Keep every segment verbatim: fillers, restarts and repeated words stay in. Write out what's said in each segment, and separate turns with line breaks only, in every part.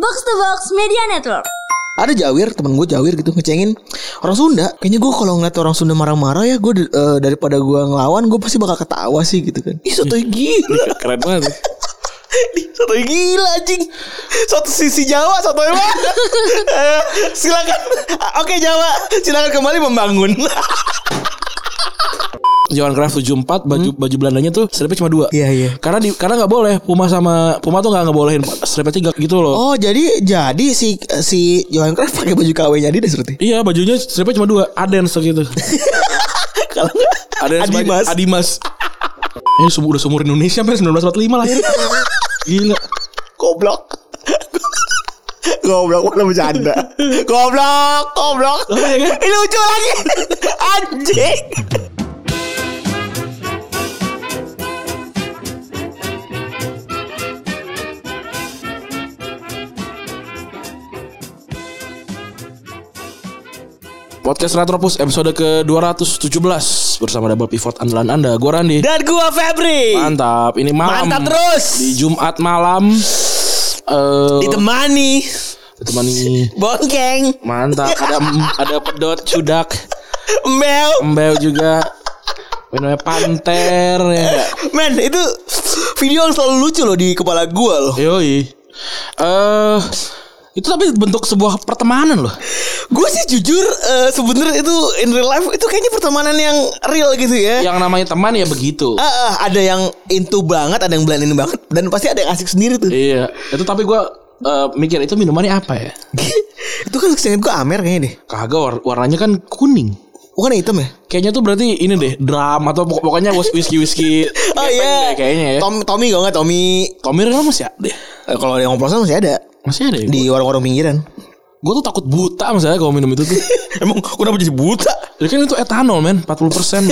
Box to Box Media Network.
Ada Jawir, temen gue Jawir gitu ngecengin orang Sunda. Kayaknya gue kalau ngeliat orang Sunda marah-marah ya, gue uh, daripada gue ngelawan, gue pasti bakal ketawa sih gitu kan. Ih sotoy gila.
Keren banget.
Sotoy gila anjing. Soto sisi Jawa sotoy banget. uh, Silakan. Oke Jawa, silakan kembali membangun.
Johan Cruyff tujuh puluh empat baju hmm? baju Belandanya tuh stripnya cuma dua.
Iya iya.
Karena di karena enggak boleh Puma sama Puma tuh enggak ngebolehin stripnya tiga gitu loh.
Oh, jadi jadi si si Johan Cruyff pakai baju K W-nya Adidas berarti.
Iya, bajunya stripnya cuma dua, Adens gitu.
Kalau enggak
Adens Adimas. Adimas. Ini sumur udah sumur Indonesia sampai sembilan belas empat puluh lima lahir. Gila.
Goblok. Goblok mana bercanda. Goblok, goblok. Ini lucu lagi. Anjing.
Podcast Retropus episode ke dua ratus tujuh belas bersama double pivot andalan Anda, gua Randi
dan gua Febri.
Mantap, ini malam.
Mantap terus.
Di Jumat malam uh,
ditemani
ditemani
bongkeng.
Mantap, ada ada pedot cudak.
Embel.
Embel juga. Namanya Panter ya.
Men, itu video yang selalu lucu loh di kepala gua loh.
Yoi. Eh uh, itu tapi bentuk sebuah pertemanan loh.
Gue sih jujur uh, sebenarnya itu in real life itu kayaknya pertemanan yang real gitu ya.
Yang namanya teman ya begitu.
Uh, uh, ada yang into banget, ada yang blendin banget, dan pasti ada yang asik sendiri tuh.
Iya. Itu tapi gue uh, mikir itu minumannya apa ya?
Itu kan kesini gue Amer kayaknya deh.
Kagak, war- warnanya kan kuning.
Bukan hitam ya?
Kayaknya tuh berarti ini deh, drum atau pokok- pokoknya whisky whisky.
Oh iya.
Deh, kayaknya ya.
Tom, Tommy kalau nggak Tommy.
Tommy kan masih ada deh.
Eh, kalau yang oplosan masih ada.
Masih ada ya?
Di warung-warung pinggiran.
Gue tuh takut buta misalnya kalau minum itu tuh.
Emang kenapa jadi buta?
Ya kan itu etanol men, empat puluh persen.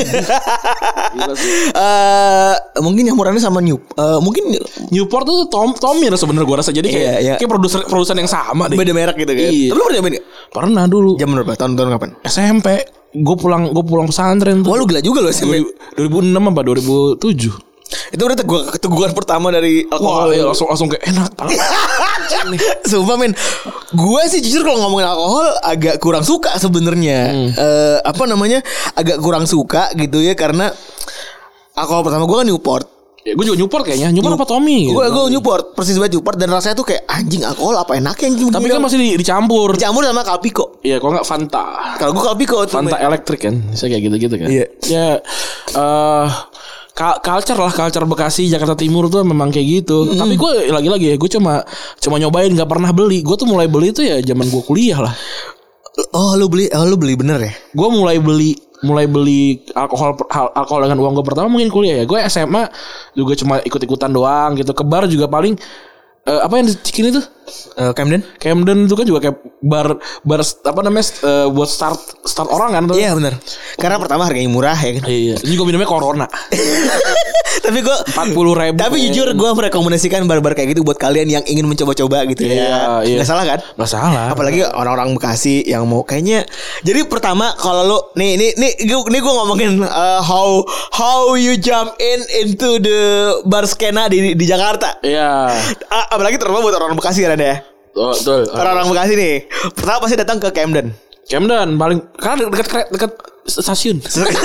Gila sih.
Uh, mungkin nyamurannya sama New uh, Mungkin
Newport tuh Tom Tommy sebenarnya gue rasa. Jadi kayak
iya, iya.
kayak produser produsen yang sama deh.
Beda merek gitu kan.
Iya.
Tapi lu pernah nyobain gak?
Pernah dulu.
Jam berapa? Tahun-tahun kapan?
S M P. Gue pulang gue pulang pesantren tuh.
Wah lu gila juga loh S M P.
dua ribu enam apa dua ribu tujuh.
Itu udah teguh, teguhan pertama dari alkohol.
Wah, ya langsung langsung kayak enak banget.
Sumpah men, gue sih jujur kalau ngomongin alkohol agak kurang suka sebenarnya. Hmm. Uh, apa namanya? Agak kurang suka gitu ya karena alkohol pertama gue kan Newport.
Ya, gue juga Newport kayaknya. Newport New, apa Tommy?
Gue gue Newport, persis banget Newport dan rasanya tuh kayak anjing alkohol apa enaknya anjing.
Tapi kan masih di, dicampur.
Dicampur sama Kalpiko.
Iya, kalau enggak Fanta.
Kalau gue Kalpiko tuh.
Fanta elektrik kan. Bisa kayak gitu-gitu kan.
Iya.
Ya eh uh, culture lah, culture Bekasi Jakarta Timur tuh memang kayak gitu. Mm. Tapi gue lagi-lagi ya, gue cuma cuma nyobain, nggak pernah beli. Gue tuh mulai beli tuh ya zaman gue kuliah lah.
Oh lu beli, oh lu beli bener ya?
Gue mulai beli mulai beli alkohol alkohol dengan uang gue pertama mungkin kuliah ya. Gue S M A juga cuma ikut-ikutan doang gitu. Ke bar juga paling uh, apa yang di Cikini tuh?
Uh, Camden.
Camden itu kan juga kayak bar bar apa namanya uh, buat start start orang kan tuh.
Iya benar. Karena pertama harganya murah ya kan.
Iya. Ini gue minumnya Corona.
Tapi gue
empat puluh ribu.
Tapi ya. Jujur gue merekomendasikan bar-bar kayak gitu buat kalian yang ingin mencoba-coba gitu ya.
Iya, iya.
Gak salah kan?
Gak salah.
Apalagi orang-orang Bekasi yang mau kayaknya. Jadi pertama kalau lu nih nih nih nih gue ngomongin uh, how how you jump in into the bar skena di di Jakarta.
Iya.
Uh, apalagi terutama buat orang Bekasi kan ya.
Oh, betul.
Orang-orang Bekasi nih. Pertama pasti datang ke Camden.
Camden paling karena dekat dekat stasiun.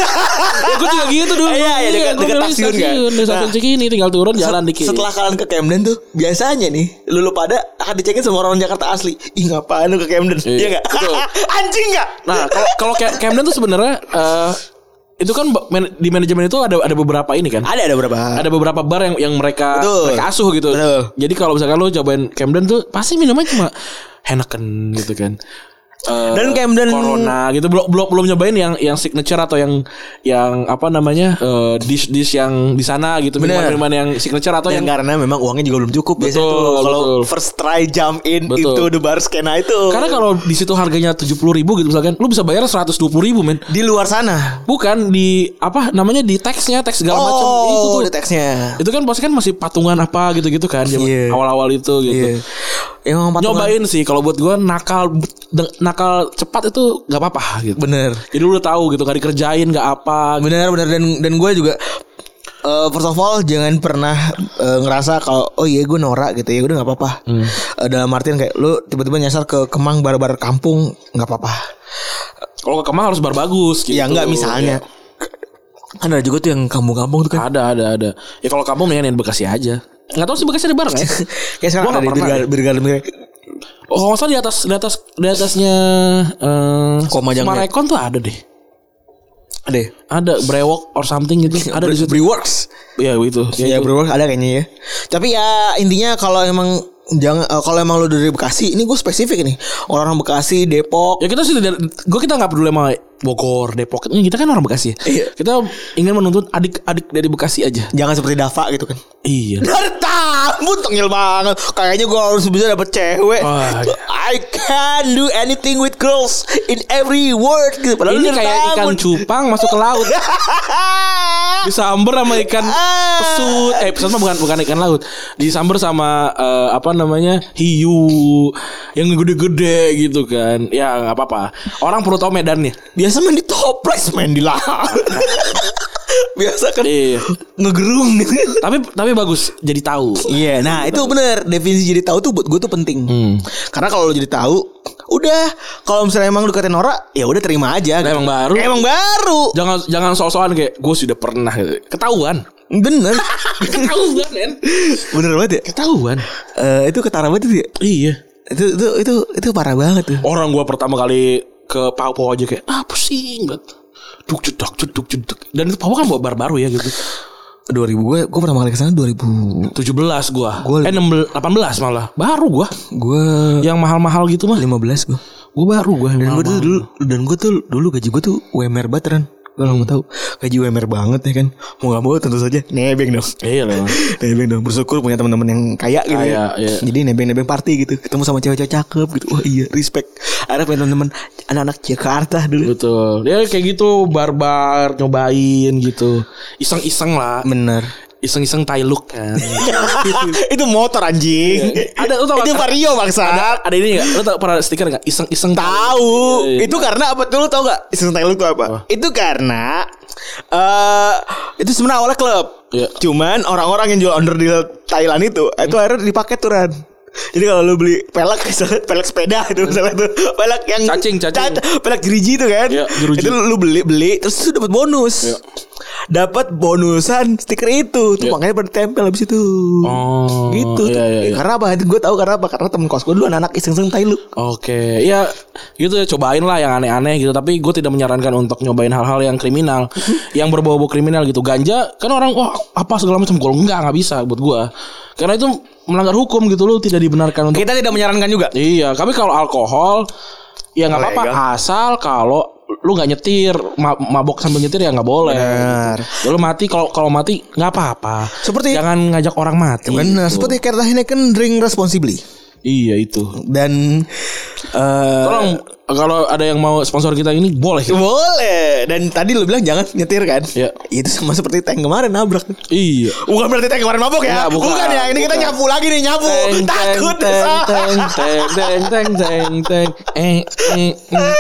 Ya gue juga gitu dulu.
Iya, iya dekat dekat stasiun kan.
Di stasiun Cikini tinggal turun jalan dikit.
Setelah kalian ke Camden tuh biasanya nih lu, lu pada akan dicekin sama orang Jakarta asli. Ih ngapain lu ke Camden? Iya enggak? Anjing enggak?
Nah, kalau kalau Camden tuh sebenarnya uh, itu kan di manajemen itu ada ada beberapa ini kan.
Ada ada beberapa.
Ada beberapa bar yang yang mereka
Betul.
mereka asuh gitu.
Betul.
Jadi kalau misalkan lu cobain Camden tuh pasti minumnya cuma Heineken gitu kan. Uh,
dan Camden
Corona gitu belum belum belum nyobain yang yang signature atau yang yang apa namanya uh, dish dish yang di sana gitu, minuman-minuman yang signature atau
dan
yang
karena memang uangnya juga belum cukup
betul,
biasanya tuh kalau
betul.
first try jump in
betul.
into the bar skena itu.
Karena kalau di situ harganya tujuh puluh ribu gitu misalkan, lu bisa bayar seratus dua puluh ribu men.
Di luar sana.
Bukan di apa namanya di teksnya teks segala
oh,
macam itu tuh.
Di teksnya.
Itu kan pasti kan masih patungan apa gitu-gitu kan
yeah.
awal-awal itu gitu.
Yeah. Emang
nyobain sih kalau buat gue nakal nakal cepat itu nggak apa-apa gitu.
Bener.
Jadi lu udah tahu gitu, gak dikerjain nggak apa.
Bener bener dan dan gue juga uh, first of all jangan pernah uh, ngerasa kalau oh iya gue norak gitu ya udah nggak apa-apa. Hmm. Uh, dalam artian kayak lu tiba-tiba nyasar ke Kemang bar-bar kampung nggak apa-apa.
Kalau ke Kemang harus bar bagus gitu.
Ya enggak misalnya. Ya. Kan ada juga tuh yang kampung-kampung tuh kan.
Ada ada ada. Ya kalau kampung mendingan di Bekasi aja. Enggak tahu sih Bekasi ada bar enggak ya?
Kayak sekarang ada di Birgal Birgal.
Oh, masa di atas di atas di atasnya eh uh, Marekon tuh ada deh. Ada. Ada Brewok or something gitu. Ada di situ.
Breworks.
Iya itu.
Ya, ya Breworks ada kayaknya ya. Tapi ya intinya kalau emang jangan uh, kalau emang lu dari Bekasi, ini gue spesifik nih. Orang-orang Bekasi, Depok.
Ya kita sih gue kita enggak peduli sama Bogor, Depok. Ini kita kan orang Bekasi ya. Iya. Kita ingin menuntut adik-adik dari Bekasi aja.
Jangan seperti Dava gitu kan.
Iya.
Tamu tengil banget. Kayaknya gue harus bisa dapet cewek. Oh, iya. I can do anything with girls in every word gitu.
Padahal ini kayak tamu. Ikan cupang masuk ke laut. Disamber sama ikan pesut. Eh pesut mah bukan bukan ikan laut. Disamber sama uh, apa namanya hiu yang gede-gede gitu kan. Ya nggak apa-apa. Orang perlu tahu medannya.
Biasa main di toples, main di laut. Biasa kan
iya.
Ngegerung gitu.
Tapi tapi bagus jadi tahu.
Iya, nah itu bener definisi jadi tahu tuh buat gue tuh penting. Hmm. Karena kalau lo jadi tahu, udah kalau misalnya emang lu katain Nora, ya udah terima aja.
Gitu. Emang baru.
Emang baru.
Jangan jangan sok-sokan kayak gue sudah pernah gitu. Ketahuan.
Bener.
Ketahuan men.
Bener banget ya.
Ketahuan.
Uh, itu ketara banget ya.
Iya.
Itu itu itu itu parah banget tuh.
Orang gue pertama kali ke Papua aja kayak ah pusing banget. Duk jeduk jeduk jeduk. Dan itu Papua kan baru-baru ya gitu.
dua ribu gue gue pertama kali kesana dua ribu
tujuh belas gue. Gua eh enam belas delapan belas malah. Baru gue.
Gue
yang mahal-mahal gitu mah
lima belas gue.
Gue baru gue.
Dan gue tuh dulu dan gue tuh dulu gaji gue tuh U M R banget. Kalau mau tahu gaji U M R banget ya kan. Mau gak mau tentu saja nebeng dong.
Iya lah.
Nebeng dong. Bersyukur punya teman-teman yang kaya gitu.
Kaya,
ya. Iya. Jadi nebeng-nebeng party gitu. Ketemu sama cewek-cewek cakep gitu. Wah iya respect. Ada punya teman-teman anak-anak Jakarta dulu.
Betul. Dia kayak gitu barbar nyobain gitu. Iseng-iseng lah.
Bener.
Iseng-iseng tai look kan.
Itu motor anjing.
Iya. Ada lu tau
itu Vario bangsa.
Ada, ada ini enggak? Lu tau pernah stiker enggak? Iseng-iseng
tahu. Iya, iya. Itu karena apa tuh lu tau enggak? Iseng tai look itu apa? Oh. Itu karena uh, itu sebenarnya awalnya klub. Iya. Cuman orang-orang yang jual onderdil Thailand itu hmm. itu akhirnya dipakai turan. Jadi kalau lu beli pelek misalnya pelek sepeda itu misalnya tuh pelek yang
cacing cacing
cac, pelek jeriji itu kan ya, itu lu beli beli terus lu dapat bonus ya. Dapat bonusan stiker itu tuh ya. Makanya pada tempel habis itu
oh,
gitu
iya, iya, iya.
Karena apa gue tahu karena apa karena temen kos gue dulu anak-anak iseng-iseng tai lu.
Oke ya gitu ya cobain lah yang aneh-aneh gitu tapi gue tidak menyarankan untuk nyobain hal-hal yang kriminal yang berbau-bau kriminal gitu. Ganja kan orang wah apa segala macam gue enggak nggak bisa buat gue karena itu melanggar hukum gitu loh tidak dibenarkan untuk
kita tidak menyarankan juga.
Iya tapi kalau alkohol ya nggak apa-apa asal kalau lu nggak nyetir mabok sambil nyetir ya nggak boleh.
Benar.
Lu mati kalau kalau mati nggak apa-apa.
Seperti
jangan ngajak orang mati.
Benar. Gitu. Seperti kata ini kan drink responsibly.
Iya itu.
Dan uh,
tolong kalau ada yang mau sponsor kita ini boleh.
Boleh. Dan tadi lu bilang jangan nyetir kan?
Iya.
Itu sama seperti tank kemarin nabrak.
Iya.
Bukan berarti tank kemarin mabok ya?
Nggak, bukan,
bukan ya. Ini
bukan.
Kita nyapu lagi nih nyapu.
Teng,
takut.
Teng teng teng teng teng teng teng. Eh eh. eh.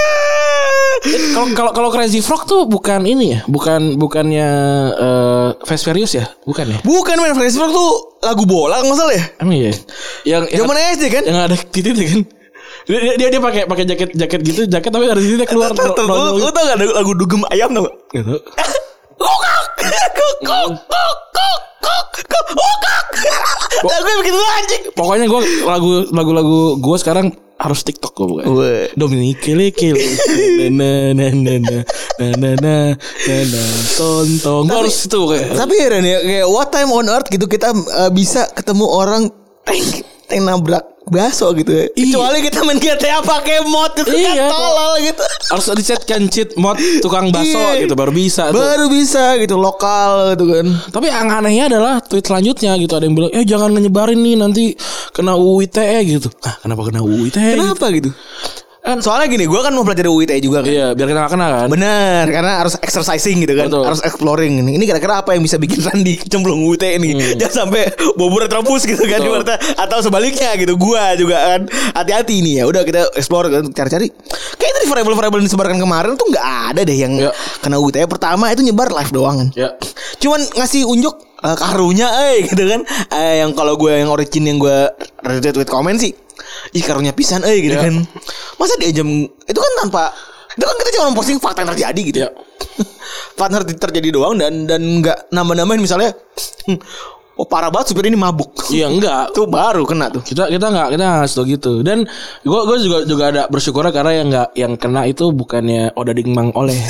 Kalau kalau kalau Crazy Frog tuh bukan ini ya, bukan bukannya uh, Fast Furious ya, bukan ya?
Bukan men, Crazy Frog tuh lagu bola nggak salah ya?
Emang iya. Yang
zaman S D kan?
Yang ada titiknya kan? Dia dia dia pakai pakai jaket jaket gitu, jaket tapi dari titiknya keluar.
Lu tau gak lagu dugem ayam tau gak?
Gitu.
Kokok, kokok, kokok, kokok, kokok. Lagu begitu anjing.
Pokoknya gue lagu lagu-lagu gue sekarang harus TikTok gue bukan. Dominic Kele Kele. Na na na na na na na na tonton. Gue harus itu kayak.
Tapi heran ya kayak what time on earth gitu kita uh, bisa ketemu orang tank tank nabrak bakso gitu ya. Iya. Kecuali kita main G T A pakai mod itu iya, kan tolol gitu.
Harus disetkan cheat mod tukang bakso iya. gitu baru bisa.
Baru tuh. Bisa gitu lokal gitu kan.
Tapi yang anehnya adalah tweet selanjutnya gitu ada yang bilang eh jangan nyebarin nih nanti kena U U I T E gitu. Ah kenapa kena U U I T E?
Kenapa gitu?
gitu?
Kan soalnya gini, gue kan mau pelajari U I T E juga kan.
Iya, biar kita gak kena kan.
Bener, karena harus exercising gitu kan. Betul. Harus exploring ini. Ini kira-kira apa yang bisa bikin Randi cemplung U I T E ini. Hmm. Jangan sampai bobur retropus gitu kan. Atau sebaliknya gitu. Gue juga kan hati-hati nih ya. Udah kita explore kan, cari-cari. Kayak tadi variable-variable yang disebarkan kemarin tuh gak ada deh yang ya. Kena U I T E. Pertama itu nyebar live doang kan. Ya. Cuman ngasih unjuk uh, karunya eh gitu kan. Uh, yang kalau gue yang origin yang gue retweet komen sih. Ih karunya pisan eh gitu ya. Kan. Masa dia jam itu kan tanpa itu kan kita cuma posting fakta yang terjadi gitu ya. Fakta terjadi doang dan dan enggak nambah-nambahin misalnya oh parah banget supir ini mabuk.
Iya enggak.
Tuh baru kena tuh.
Kita kita enggak kita enggak ngasih gitu. Dan gue gue juga juga ada bersyukur karena yang enggak yang kena itu bukannya Odading Mang Oleh.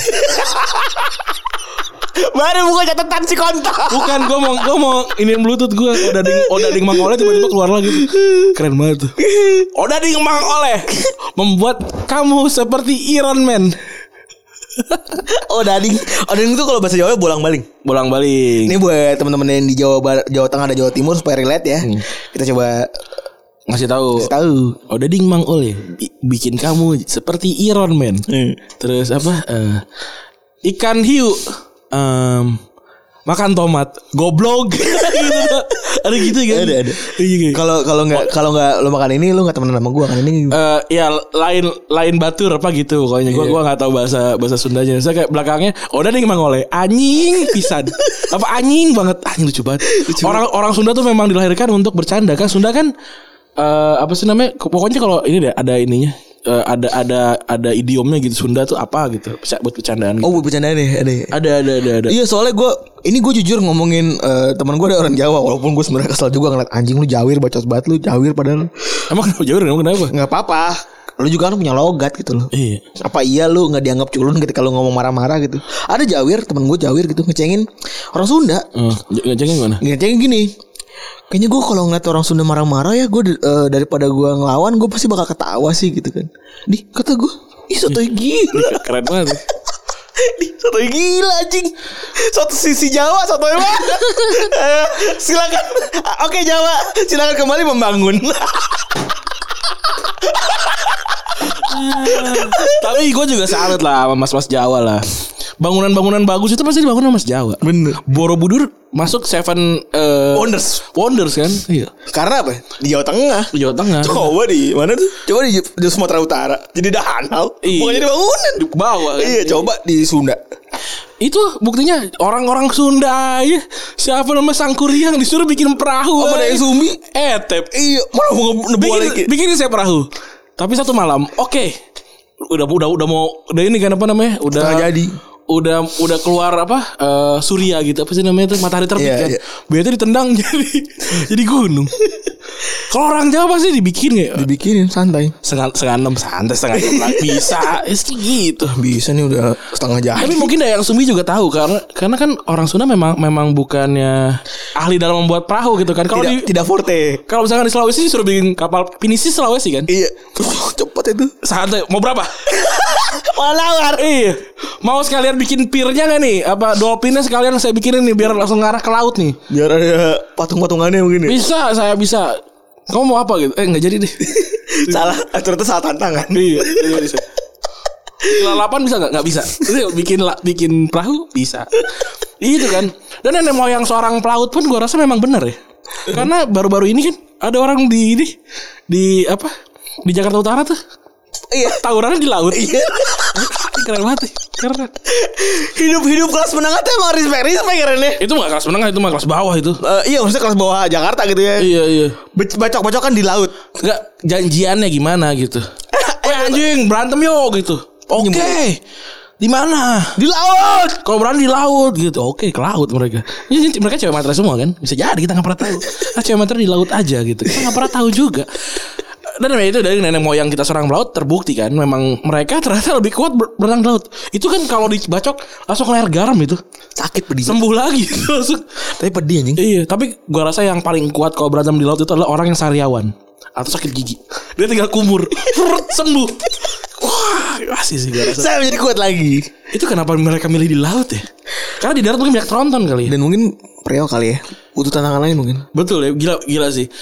Baru buka catatan si kontak.
Bukan, gue mau gue mau ini Bluetooth gue Odading Odading Mang Oleh tiba-tiba keluar lagi. Keren banget tuh. Odading Mang Oleh membuat kamu seperti Iron Man.
Odading, Odading itu kalau bahasa Jawa bolang-baling.
Bolang-baling.
Ini buat teman-teman yang di Jawa Barat, Jawa Tengah dan Jawa Timur supaya relate ya. Hmm. Kita coba
ngasih tahu.
Ngasih tahu.
Odading Mang Oleh bikin kamu seperti Iron Man. Hmm. Terus apa? Uh, ikan hiu. Um, makan tomat goblok gitu. Ada gitu kan?
Ada ada. Kalau kalau nggak kalau nggak lo makan ini lo nggak temenan sama gue kan ini?
Uh, ya lain lain batur apa gitu. Pokoknya gue gue nggak tahu bahasa bahasa Sundanya. Saya kayak belakangnya udah nih Mang Oleh anjing pisan. Apa anjing banget anjing lucu banget. Lucu orang banget. Orang Sunda tuh memang dilahirkan untuk bercanda kan. Sunda kan uh, apa sih namanya? Pokoknya kalau ini deh ada ininya. Uh, ada ada ada idiomnya gitu Sunda tuh apa gitu buat bercandaan gitu.
Oh buat bercandaan deh ada
ada ada ada ada
iya soalnya gue ini gue jujur ngomongin uh, teman gue ada orang Jawa walaupun gue sebenarnya kesel juga ngeliat anjing lu jawir bacot banget lu jawir padahal
emang kenapa jawir emang kenapa
nggak apa-apa lu juga kan punya logat gitu loh iya. Apa iya lu nggak dianggap culun ketika lu ngomong marah-marah gitu ada jawir teman gue jawir gitu ngecengin orang Sunda
uh, ngecengin mana
ngecengin gini kayaknya gue kalau ngeliat orang Sunda marah-marah ya gue uh, daripada gue ngelawan gue pasti bakal ketawa sih gitu kan. Di kata gue, ih sotoy gila.
Keren banget.
Di sotoy gila anjing. Soto sisi Jawa sotoy banget. uh, silakan. Oke Jawa, silakan kembali membangun.
Tapi gue juga salut lah sama mas-mas Jawa lah. Bangunan-bangunan bagus itu pasti dibangun sama Mas Jawa.
Bener.
Borobudur masuk Seven uh,
Wonders.
Wonders kan? Iya.
Karena apa? Di Jawa Tengah.
Di Jawa Tengah.
Coba di mana tuh? Coba di, di Sumatera Utara. Jadi danau.
Iya.
Bukannya di bangunan.
Di bawah kan?
Iya, coba di Sunda.
Itu buktinya orang-orang Sunda ya. Siapa nama Sangkuriang disuruh bikin perahu.
Apa dari Sumbi?
Etep.
Iya, malah mau
bikin, lagi. Bikin saya perahu. Tapi satu malam, oke. Okay. Udah udah udah mau udah ini kan apa namanya? Udah
setengah jadi.
Udah udah keluar apa uh, surya gitu apa sih namanya itu matahari terbit yeah, kan yeah. Biasanya ditendang jadi jadi gunung. Kalau orang Jawa pasti dibikin ya
dibikinin santai
setengah setengah enam santai setengah enam bisa es gitu
bisa nih udah setengah jadi.
Tapi mungkin ada yang Sumbi juga tahu karena karena kan orang Sunda memang memang bukannya ahli dalam membuat perahu gitu kan kalau
tidak,
di
tidak forte
kalau misalkan di Sulawesi suruh bikin kapal pinisi Sulawesi kan
iya cepet itu
santai mau berapa
malawar
iya mau sekalian bikin pirnya nggak nih apa dolphinnya sekalian saya bikinin nih biar langsung ngarah ke laut nih
biar ada patung-patungannya mungkin ya?
Bisa saya bisa kamu mau apa gitu eh nggak jadi deh
salah ternyata salah tantangan
iya iya bisa lalapan bisa nggak nggak bisa bikin bikin perahu bisa itu kan dan nenek moyang seorang pelaut pun gue rasa memang benar ya karena baru-baru ini kan ada orang di ini di apa di Jakarta Utara tuh iya tawurannya di laut iya keren banget keren
hidup-hidup kelas menengah tuh emang respect respect kerennya
itu nggak kelas menengah itu mah kelas bawah itu
uh, iya maksudnya kelas bawah Jakarta gitu ya
iya iya
bacok-bacok kan di laut
nggak janjiannya gimana gitu eh anjing berantem yo gitu oke okay. Di mana?
Di laut.
Kalau berani di laut gitu. Oke, ke laut mereka. Ini mereka cewek matra semua kan? Bisa jadi kita nggak pernah tahu. Ah, cewek matra di laut aja gitu. Kita nggak pernah tahu juga. Dan itu dari nenek moyang kita seorang pelaut terbukti kan memang mereka ternyata lebih kuat berenang di laut. Itu kan kalau dibacok langsung ke air garam itu.
Sakit pedih.
Sembuh lagi langsung.
Tapi pedih anjing.
Iya, tapi gua rasa yang paling kuat kalau berantem di laut itu adalah orang yang sariawan atau sakit gigi. Dia tinggal kumur, sembuh. Wah, masih sih gua rasa.
Saya menjadi kuat lagi.
Itu kenapa mereka milih di laut ya? Karena di darat mungkin banyak tronton kali ya.
Dan mungkin Priok kali ya. Butuh tantangan lain mungkin.
Betul ya, gila gila sih.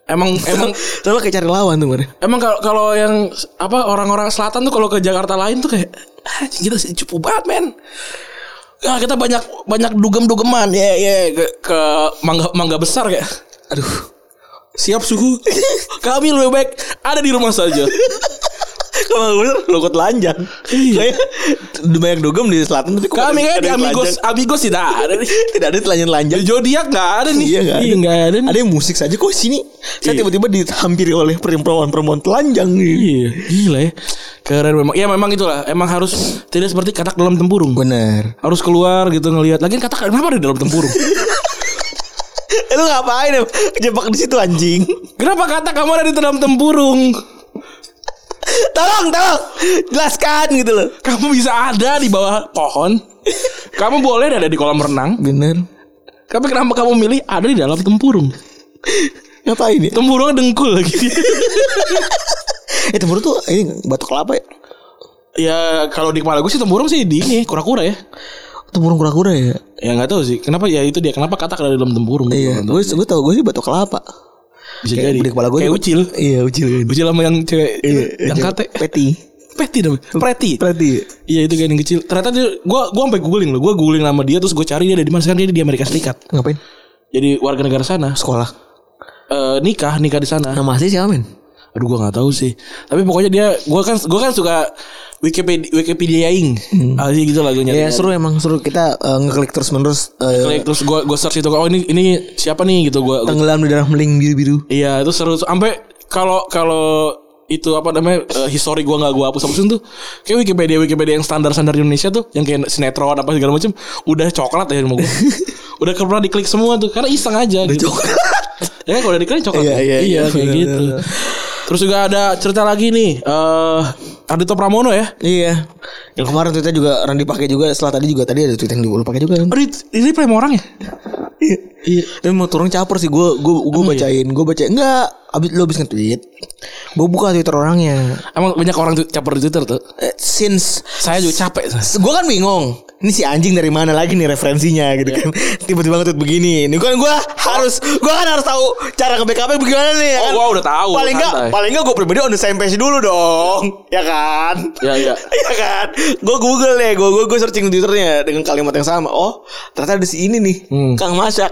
Emang emang
Terus kayak cari lawan tuh kemarin.
emang kalau kalau yang apa orang-orang selatan tuh kalau ke Jakarta lain tuh kayak ah, kita sih cupu banget men. Ya, kita banyak banyak dugem-dugeman ya ya ke, ke mangga mangga besar kayak. Aduh. Siap suhu. Kami lebih baik ada di rumah saja.
Kalau bener logo telanjang. Kayak banyak dugem di selatan tapi
kami kan di Amigos Amigos tidak ada nih.
Tidak ada telanjang-telanjang.
Di Zodiac enggak ada nih.
Iya enggak ada.
Enggak ada nih.
Ada yang musik saja kok sini. Saya
Iya.
tiba-tiba dihampiri oleh perempuan-perempuan telanjang.
Iya, gila ya. Keren memang. Ya memang itulah. Emang harus tidak seperti katak dalam tempurung.
Benar.
Harus keluar gitu ngelihat. Lagian katak kenapa ada di dalam tempurung?
Lu ngapain ya? Kejebak di situ anjing.
Kenapa katak kamu ada di dalam tempurung?
Tolong, tolong. Jelaskan gitu loh.
Kamu bisa ada di bawah pohon. Kamu boleh ada di kolam renang.
Bener.
Tapi kenapa kamu milih ada di dalam tempurung?
Ngapain ya?
Tempurungnya dengkul lagi.
Eh tempurung tuh ini batok kelapa ya?
Ya kalau di kepala gue sih tempurung sih di ini kura-kura ya.
Tempurung kura-kura ya?
Ya nggak tahu sih. Kenapa ya itu dia? Kenapa katak ada di dalam tempurung?
Iya. Gue gue tau gue sih batok kelapa.
Bisa
Kayak
jadi.
di kepala gue
Kayak
juga-
ucil.
Iya ucil.
Ucil sama yang cewek.
Iya,
yang
iya,
kate.
Peti.
Peti namanya. Preti.
Berarti.
Iya itu kayak yang kecil. Ternyata dia, gue gue sampai googling loh. Gue googling nama dia terus gue cari dia ada di mana. Sekarang dia di Amerika Serikat.
Ngapain?
Jadi warga negara sana.
Sekolah.
Eh, nikah nikah di sana.
Nama asli siapa men?
Aduh gue nggak tahu sih. Tapi pokoknya dia, gue kan gue kan suka Wikipedia Wikipediaing. Hmm. Ah, gitu lah gue nyari.
Ya seru emang seru kita uh, ngeklik terus menerus. Uh,
Klik terus gue gue search itu. Oh ini ini siapa nih gitu gue.
Tenggelam di darah meling biru-biru.
Iya itu seru sampai kalau kalau itu apa namanya uh, history gue nggak gue hapus hapusin tuh kayak Wikipedia Wikipedia yang standar standar Indonesia tuh yang kayak sinetron apa segala macam udah coklat ya rumah gue. Udah pernah diklik semua tuh karena iseng aja. Udah gitu. Coklat. Ya kalau udah diklik coklat.
Iya,
ya?
iya,
iya
iya,
kayak
bener,
gitu.
bener.
Terus juga ada cerita lagi nih. Eh uh, Ardhito Pramono ya.
Iya. Yang kemarin tweetnya juga orang dipakai juga. Setelah tadi juga tadi ada tweet yang lu pakai juga kan.
Oh, ini play sama orang ya?
Iya. Iya. Tapi mau turun caper sih gue gue gue
Emang
bacain. Gue baca enggak. Abis lu abis nge-tweet. Gue buka Twitter orangnya.
Emang banyak orang tu- caper di Twitter tuh.
Eh, since
Saya juga capek.
gue kan bingung. Ini si anjing dari mana lagi nih referensinya gitu kan. Tiba-tiba nge-tweet begini. Ini kan gue harus gue kan harus tahu cara nge-backupnya bagaimana nih ya
Oh,
kan?
gua udah tahu.
Paling enggak
santai.
paling enggak gue pribadi on the same page dulu dong. Ya kan?
Ya, ya.
Iya kan? Gue Google deh, gue gue searching di Twitternya dengan kalimat yang sama. Oh, ternyata ada si ini nih,
Hmm.
Kang Masak.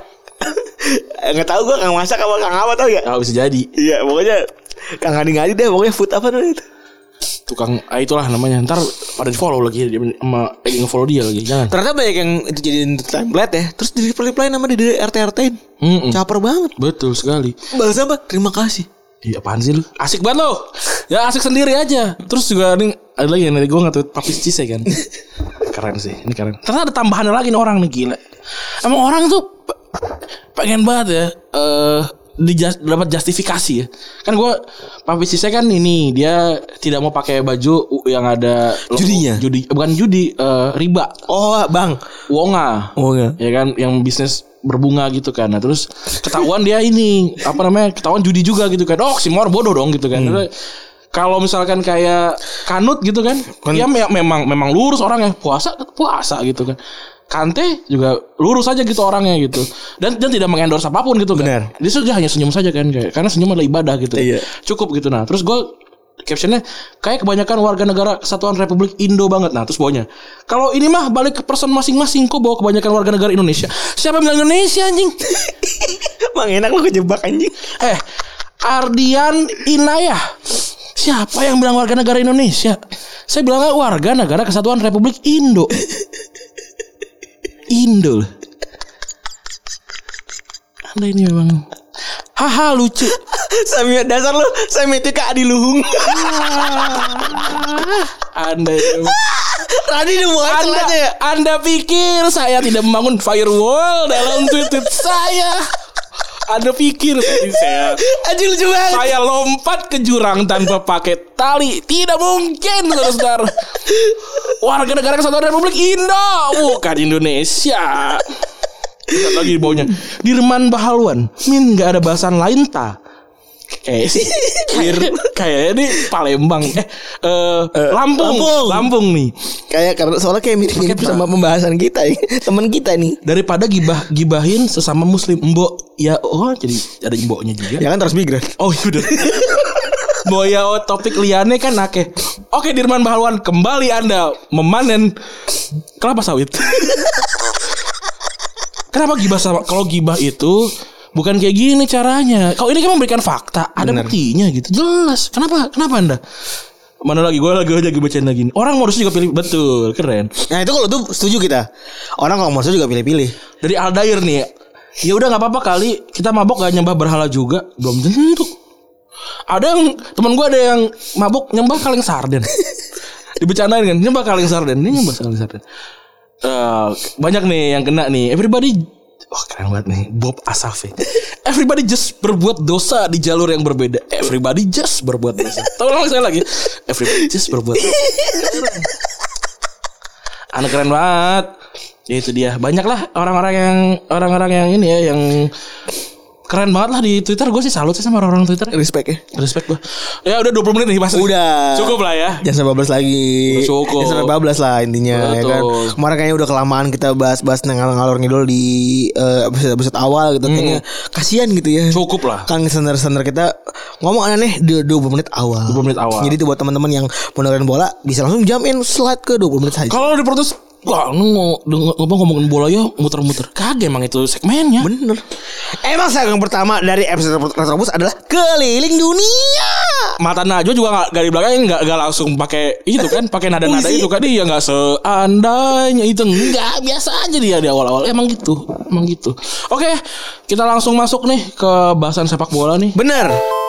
Enggak tahu gue Kang Masak apa Kang apa tahu ya?
Nggak bisa jadi.
Iya, pokoknya Kang Ngadi-ngadi deh, pokoknya food apa namanya itu.
Tukang ah, itulah namanya. Ntar pada di follow lagi dia sama lagi nge-follow dia lagi. Jangan.
Ternyata banyak yang itu jadiin template ya. Terus di reply nama di R T R T-in.
Mm-mm.
Caper banget.
Betul sekali.
Balas apa? Terima kasih.
Iya apaan sih lu? Asik banget lo. Ya asik sendiri aja. Terus juga nih ada lagi yang dari gue nge-tweet Papis Cise kan. Keren sih. Ini keren. Ternyata ada tambahannya lagi nih orang nih gila. Emang orang tuh p- pengen banget ya eh di dapat justifikasi ya. Kan gue Papis Cise kan ini dia tidak mau pakai baju yang ada logo-
Judinya?
Judi bukan judi eh, riba.
Oh, Bang.
Wonga.
Oh enggak.
Ya kan yang bisnis berbunga gitu kan. Nah terus ketahuan dia ini apa namanya? Ketahuan judi juga gitu kan. Oh, si Mor bodoh dong gitu kan. Hmm. Kalau misalkan kayak Kanut gitu kan,
Kan-
dia me- memang memang lurus orangnya, puasa puasa gitu kan. Kante juga lurus aja gitu orangnya gitu. Dan dan tidak mengendorse apapun gitu kan.
Benar.
Dia sudah hanya senyum saja kan kayak karena senyum adalah ibadah gitu.
Iya.
Cukup gitu nah. Terus gue captionnya kayak kebanyakan warga negara Kesatuan Republik Indo banget. Nah terus bawahnya kalau ini mah balik ke person masing-masing. Kok bawa kebanyakan warga negara Indonesia. Siapa yang bilang Indonesia anjing?
Mang enak lo kejebak anjing.
Eh Ardian Inayah. Siapa yang bilang warga negara Indonesia? Saya bilang warga negara Kesatuan Republik Indo. Indo. Anda ini memang haha lucu.
Sami dasar lu, Sami itu Kak Adi Luhung.
Anda itu
Tadi udah mau
Anda,
aja ya.
Anda pikir saya tidak membangun firewall dalam tweet-tweet saya? Anda pikir saya
Anjing lucu banget.
saya lompat ke jurang tanpa pakai tali? Tidak mungkin, saudara-saudara. Warga negara Kesatuan Republik Indo, bukan Indonesia. Lihat lagi di bawahnya. Dirman Bahaluan, Min nggak ada bahasan lain ta? Kayak sih kayaknya nih Palembang eh uh, Lampung.
Lampung
Lampung nih.
Kayak karena soalnya kayak mirip-mirip sama pembahasan kita ya. Teman kita nih.
Daripada gibah gibahin sesama muslim, mbok ya oh jadi ada mboknya juga.
Ya kan terus migran.
Oh iya udah. Boya oh, topik liane kan nake. Oke Dirman Bahalwan, kembali Anda memanen kelapa sawit. Kenapa gibah sama? Kalau gibah itu bukan kayak gini caranya. Kalau ini kan memberikan fakta, ada
Bener.
buktinya gitu. Jelas. Kenapa? Kenapa Anda? Mana lagi? Gue lagi aja bacain lagi. Orang modus juga pilih, betul, keren.
Nah itu kalau tuh setuju kita. Orang kalau modus juga pilih-pilih.
Dari Aldair nih. Ya udah nggak apa-apa kali kita mabok gak nyembah berhala juga. Belum tentu. Ada yang teman gue ada yang mabuk nyembah kaleng sarden. Dibicarain kan nyembah kaleng sarden. Ini nyembah kaleng sarden. Uh, banyak nih yang kena nih. Everybody, wah oh, keren banget nih Bob Asafi. Everybody just berbuat dosa di jalur yang berbeda. Everybody just berbuat dosa. Tahu lagi saya lagi. Everybody just berbuat dosa. Anak keren banget. Ya itu dia. Banyak lah orang-orang yang orang-orang yang ini ya yang keren banget lah di Twitter. Gue sih salut sih sama orang-orang Twitter.
Respect ya.
Respect gue. Ya udah dua puluh menit nih Mas.
Udah.
Cukup lah ya.
Jangan sampai bablas lagi.
Udah cukup.
Jangan sampai bablas lah intinya. Ya kan. Kemarin kayaknya udah kelamaan kita bahas-bahas ngalor ngidul di uh, episode awal gitu. Hmm. Kayaknya kasihan gitu ya.
Cukup lah.
Kan sender-sender kita ngomong aneh di dua puluh menit awal.
dua puluh menit awal.
Jadi tuh buat teman-teman yang mendengarkan bola bisa langsung jump in slide ke dua puluh menit saja.
Kalau diprotes, wah lu ngomong ngomongin bola ya muter-muter. Kagak emang itu segmennya.
Bener. Emang segmen pertama dari episode Retrobus adalah keliling dunia.
Mata Najwa juga gak, gak di belakangnya gak, gak langsung pakai itu kan, pakai nada-nada itu kan dia nggak seandainya itu enggak, biasa aja dia di awal-awal. Emang gitu, emang gitu. Oke, kita langsung masuk nih ke bahasan sepak bola nih.
Bener.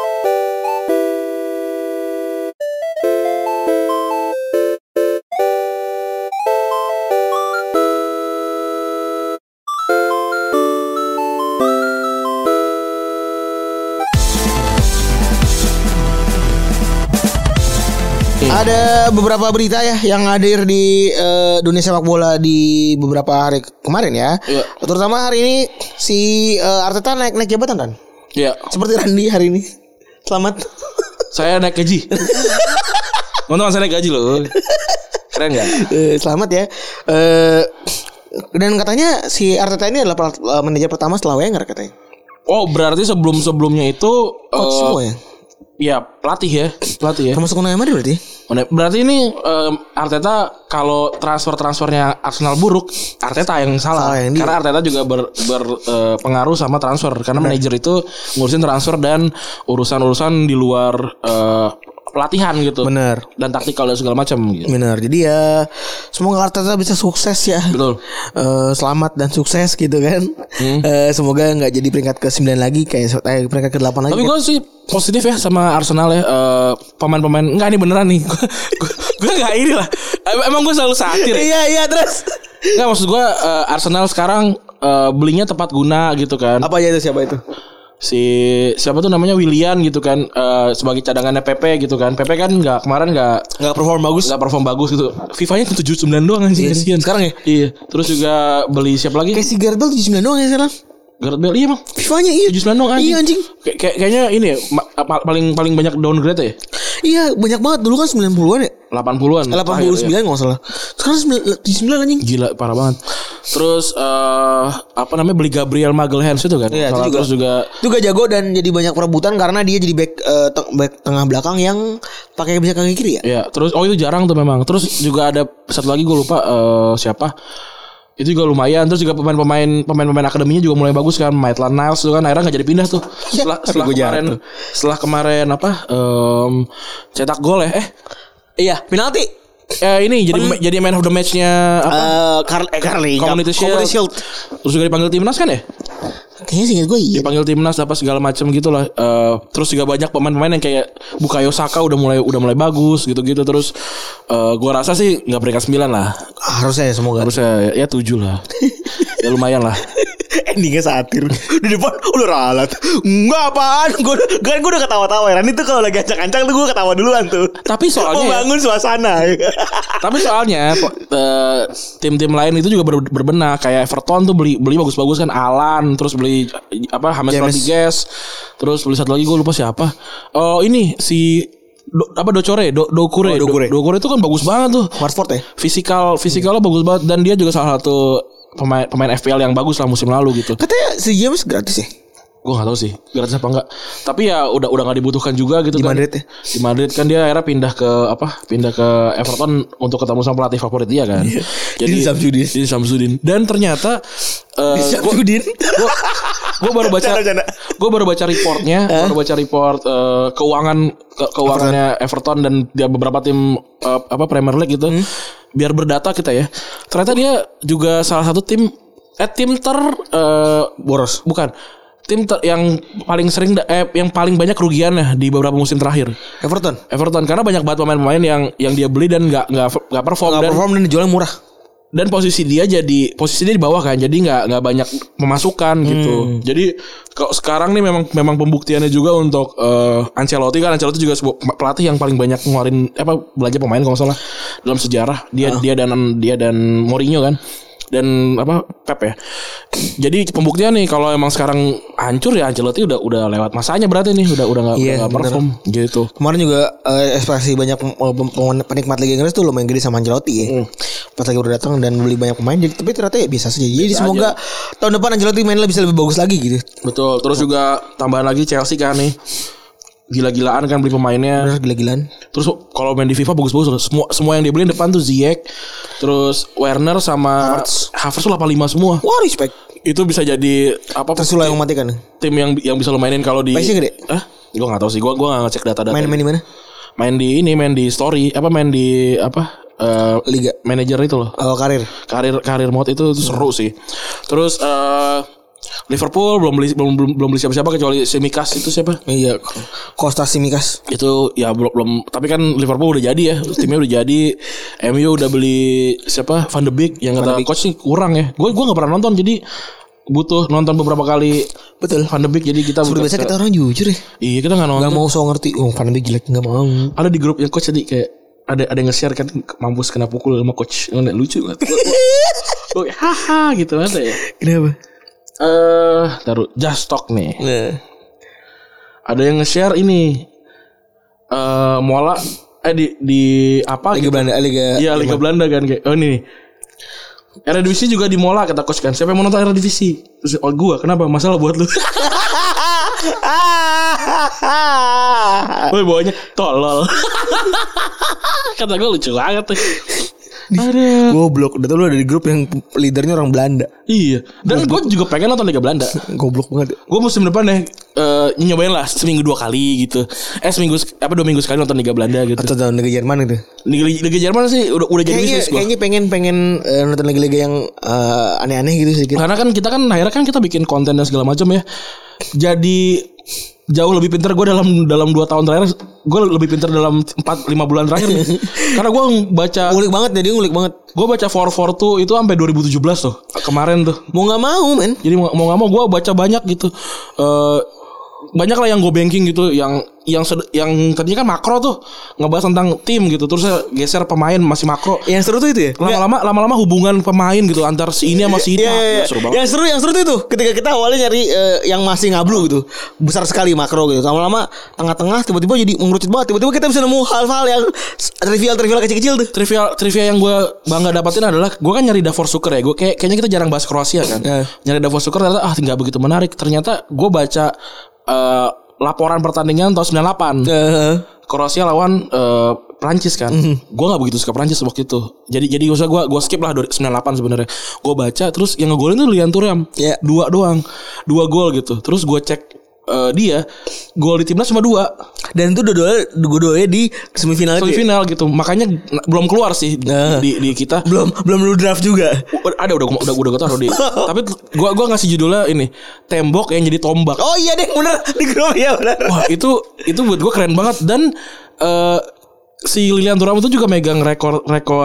Ada beberapa berita ya yang hadir di uh, dunia sepak bola di beberapa hari kemarin ya.
Iya.
Terutama hari ini si uh, Arteta naik naik jabatan kan?
Iya.
Seperti Randy hari ini. Selamat.
Saya naik gaji. Teman-teman saya naik gaji loh. Keren nggak?
Uh, selamat ya. Uh, dan katanya si Arteta ini adalah uh, manajer pertama setelah Wenger katanya.
Oh berarti sebelum sebelumnya itu
Coach
uh,
semua ya?
Ya pelatih ya, pelatih ya.
Termasuk Unai Emery berarti?
Berarti ini um, Arteta kalau transfer-transfernya Arsenal buruk, Arteta yang salah. salah yang karena Arteta juga berpengaruh ber, uh, sama transfer. Karena Benar. manajer itu ngurusin transfer dan urusan-urusan di luar uh, pelatihan gitu.
Benar.
Dan taktikal dan segala macam gitu.
Benar. Jadi ya semoga Arteta bisa sukses ya.
Betul.
Uh, selamat dan sukses gitu kan. Hmm. Uh, semoga enggak jadi peringkat ke sembilan lagi kayak eh, peringkat ke delapan lagi.
Tapi gue sih positif ya sama Arsenal ya. Uh, pemain-pemain enggak ini beneran nih. Gue enggak ini lah. Emang gue selalu satir.
Iya iya terus.
Enggak maksud gue uh, Arsenal sekarang uh, belinya tepat guna gitu kan.
Apa aja itu siapa itu?
Si siapa tuh namanya Willian gitu kan uh, sebagai cadangannya Pepe gitu kan. Pepe kan nggak kemarin nggak
nggak perform bagus
nggak perform bagus gitu. FIFA-nya tujuh puluh sembilan doang sih
iya, sekarang ya.
Iya. Terus juga beli siapa lagi?
Kayak si Gareth Bale tujuh puluh sembilan doang ya sekarang.
Gareth Bale iya bang.
FIFA-nya iya
tujuh puluh sembilan doang anjing.
Iya anjing.
Kay- kayak kayaknya ini ya, ma- paling paling banyak downgrade ya.
Iya banyak banget dulu kan sembilan puluhan ya.
delapan puluhan
delapan puluh sembilan enggak salah. Sekarang tujuh puluh sembilan anjing.
Gila parah banget. Terus uh, apa namanya beli Gabriel Magalhaes itu kan.
Iya, itu juga,
terus juga
itu gak jago dan jadi banyak perebutan karena dia jadi back, uh, teng- back tengah belakang yang pakai bisa kaki kiri ya.
Iya, terus oh itu jarang tuh memang. Terus juga ada satu lagi gue lupa uh, siapa. Itu juga lumayan. Terus juga pemain-pemain pemain-pemain akademinya juga mulai bagus kan. Maitland Niles tuh kan akhirnya gak jadi pindah tuh. Setelah,
ya,
setelah kemarin setelah kemarin apa um, cetak gol ya. Eh
iya penalti.
Eh ini jadi Pen- jadi man of the match-nya apa?
Uh, Carl eh Carly
Community Shield.
Community Shield.
Terus juga dipanggil timnas kan ya?
Kayaknya sih gue iya.
Dipanggil timnas apa segala macam gitu lah. Uh, terus juga banyak pemain-pemain yang kayak Bukayo Saka udah mulai udah mulai bagus gitu-gitu. Terus uh, gua rasa sih nggak peringkat sembilan lah.
Harusnya ya semoga.
Harusnya ya tujuh lah. Ya lumayan lah.
Endingnya satir. Di depan udah ralat. Enggak apaan. Gue kan gue udah ketawa-tawa. Rani tuh kalau lagi ancang-ancang tuh gue ketawa duluan tuh.
Tapi soalnya
membangun suasana.
Tapi soalnya uh, tim-tim lain itu juga ber, berbenah. Kayak Everton tuh beli beli bagus-bagus kan, Alan, terus beli apa James Rodriguez, terus beli satu lagi gue lupa siapa. Oh ini si Do, apa Docore, Do, Dokure,
oh, Dokure.
Do, Dokure itu kan bagus banget tuh.
Watford ya.
Fisikal, fisikalnya bagus banget dan dia juga salah satu pemain pemain F P L yang bagus lah musim lalu gitu.
Katanya si James gratis ya?
Gue nggak tahu sih gratis apa enggak. Tapi ya udah udah nggak dibutuhkan juga gitu.
Di
kan.
Madrid ya.
Di Madrid kan dia akhirnya pindah ke apa? Pindah ke Everton untuk ketemu sama pelatih favorit dia kan.
Yeah.
Jadi
Samsudin.
Jadi Samsudin. Dan ternyata uh,
Samsudin.
Gue baru baca gue baru baca reportnya, huh? baru baca report uh, keuangan ke, keuangannya Everton. Everton dan dia beberapa tim uh, apa Premier League gitu. Hmm? Biar berdata kita ya. Ternyata dia juga salah satu tim eh tim ter uh,
boros.
Bukan. Tim ter, yang paling sering eh, yang paling banyak kerugiannya di beberapa musim terakhir.
Everton.
Everton karena banyak banget pemain-pemain yang yang dia beli dan nggak nggak nggak perform
gak
dan
perform dan dijualnya murah.
Dan posisi dia jadi posisi dia di bawah kan, jadi nggak nggak banyak pemasukan gitu. Hmm. Jadi kalau sekarang nih memang memang pembuktiannya juga untuk uh, Ancelotti kan. Ancelotti juga sebuah pelatih yang paling banyak ngeluarin apa belanja pemain kalau nggak salah dalam sejarah. Dia uh. dia dan dia dan Mourinho kan. Dan apa Pep ya. Jadi pembuktian nih kalau emang sekarang hancur ya Ancelotti udah udah lewat masanya berarti nih udah udah nggak
yeah,
perform gitu.
Kemarin juga uh, ekspektasi banyak penikmat Liga Inggris tuh lumayan gede sama Ancelotti ya. Hmm. Pas lagi udah datang dan beli banyak pemain jadi tapi ternyata ya biasa saja. Jadi bisa semoga aja. Tahun depan Ancelotti mainnya bisa lebih bagus lagi gitu.
Betul. Terus juga tambahan lagi Chelsea kan nih. Gila-gilaan kan beli pemainnya.
Benar gila-gilaan.
Terus kalau main di FIFA bagus-bagus. Semua semua yang dibeli depan tuh Ziyech, terus Werner sama Havertz, Havertz tuh delapan puluh lima semua.
Wah, respect.
Itu bisa jadi apa?
Tersulah yang mematikan.
Tim yang yang bisa lo mainin kalau di.
Price-nya gede?
Ah, gua enggak tahu sih. Gua gua enggak ngecek data-data.
Main main di mana?
Main di ini, main di story, apa main di apa? Uh,
Liga
manager itu loh.
Oh, karir.
Karir karir mode itu, itu seru hmm. sih. Terus uh, Liverpool belum beli belum belum, belum beli siapa-siapa kecuali Simikas itu siapa?
Iya, Kostas Simikas.
Itu ya belum belum tapi kan Liverpool udah jadi ya. Timnya udah jadi. M U udah beli siapa? Van de Beek yang kata coach sih kurang ya. Gue gue enggak pernah nonton jadi butuh nonton beberapa kali.
Betul.
Van de Beek jadi kita
sudah biasa kita orang jujur ya.
Iya, kita enggak nonton.
Enggak mau so ngerti. Oh, Van de Beek jelek enggak mau. Ada
di grup yang coach tadi kayak ada ada yang nge-share kan mampus kena pukul sama coach. Oh, lucu banget. Oke, haha gitu ada ya.
Kenapa?
Eh, uh, taruh Just Talk nih. Nah. Ada yang nge-share ini. Eh, uh, Mola eh di di apa?
Liga gitu? Belanda, Liga.
Iya, Liga Belanda kan kayak. Oh ini nih. Eredivisie juga di Mola kata coach kan. Siapa yang mau nonton Eredivisie? Terus oh gua, kenapa? Masalah buat lu. Woi, bawanya tolol. Kata gue lucu banget tuh.
Ada goblok. Udah tau lu ada di grup yang leadernya orang Belanda.
Iya. Dan gue juga pengen nonton Liga Belanda.
Goblok banget.
Gue musim depan ya uh, nyobain lah seminggu dua kali gitu. Eh seminggu apa dua minggu sekali nonton Liga Belanda gitu.
Atau tahun Liga Jerman itu.
Liga, Liga Jerman sih udah udah jadi bisnis gue.
Kayaknya pengen pengen uh, nonton liga-liga yang uh, aneh-aneh gitu sedikit.
Karena kan kita kan akhirnya kan kita bikin konten dan segala macam ya. Jadi jauh lebih pintar gue dalam dalam dua tahun terakhir. Gue lebih pintar dalam empat lima bulan terakhir. Karena gue baca
ngulik banget jadi ngulik banget.
Gue baca four four two itu sampai dua ribu tujuh belas tuh kemarin tuh.
Mau nggak mau men.
Jadi mau nggak mau gue baca banyak gitu. Uh, banyak lah yang go banking gitu, yang yang sed, yang tadinya kan makro tuh ngebahas tentang tim gitu, terus geser pemain masih makro.
Yang seru tuh itu ya.
Lama-lama lama-lama hubungan pemain gitu antar si ini sama si ini.
Yeah, yeah, yeah. Seru banget. Yang seru yang seru tuh itu ketika kita awalnya nyari uh, yang masih ngablu gitu, besar sekali makro gitu. Lama-lama tengah-tengah tiba-tiba jadi mengerucut banget. Tiba-tiba kita bisa nemu hal-hal yang trivial-trivial kecil-kecil tuh. Trivial trivia yang gue bangga dapatin adalah gue kan nyari Davor Suker ya. Gue kayak kayaknya kita jarang bahas Kroasia kan. Yeah. Nyari Davor Suker ternyata ah nggak begitu menarik. Ternyata gue baca Uh, laporan pertandingan tahun sembilan puluh delapan uh-huh. Kroasia lawan uh, Prancis kan. uh-huh. Gue gak begitu suka Prancis waktu itu. Jadi jadi usah gue gue skip lah sembilan puluh delapan sebenarnya. Gue baca terus yang ngegolin tuh Lian Thuram. Yeah. Dua doang. Dua gol gitu. Terus gue cek uh, dia gol di timnas cuma dua. Dan itu dua-duanya dua-duanya di semifinal semifinal gitu. Makanya belum keluar sih uh. di di kita. Belum belum lu draft juga. Ada udah udah udah gue taruh di. Tapi gua gua ngasih judulnya ini tembok yang jadi tombak. Oh iya deh bener di grup ya bener. Wah itu itu buat gua keren banget dan uh, si Lilian Thuram itu juga megang rekor rekor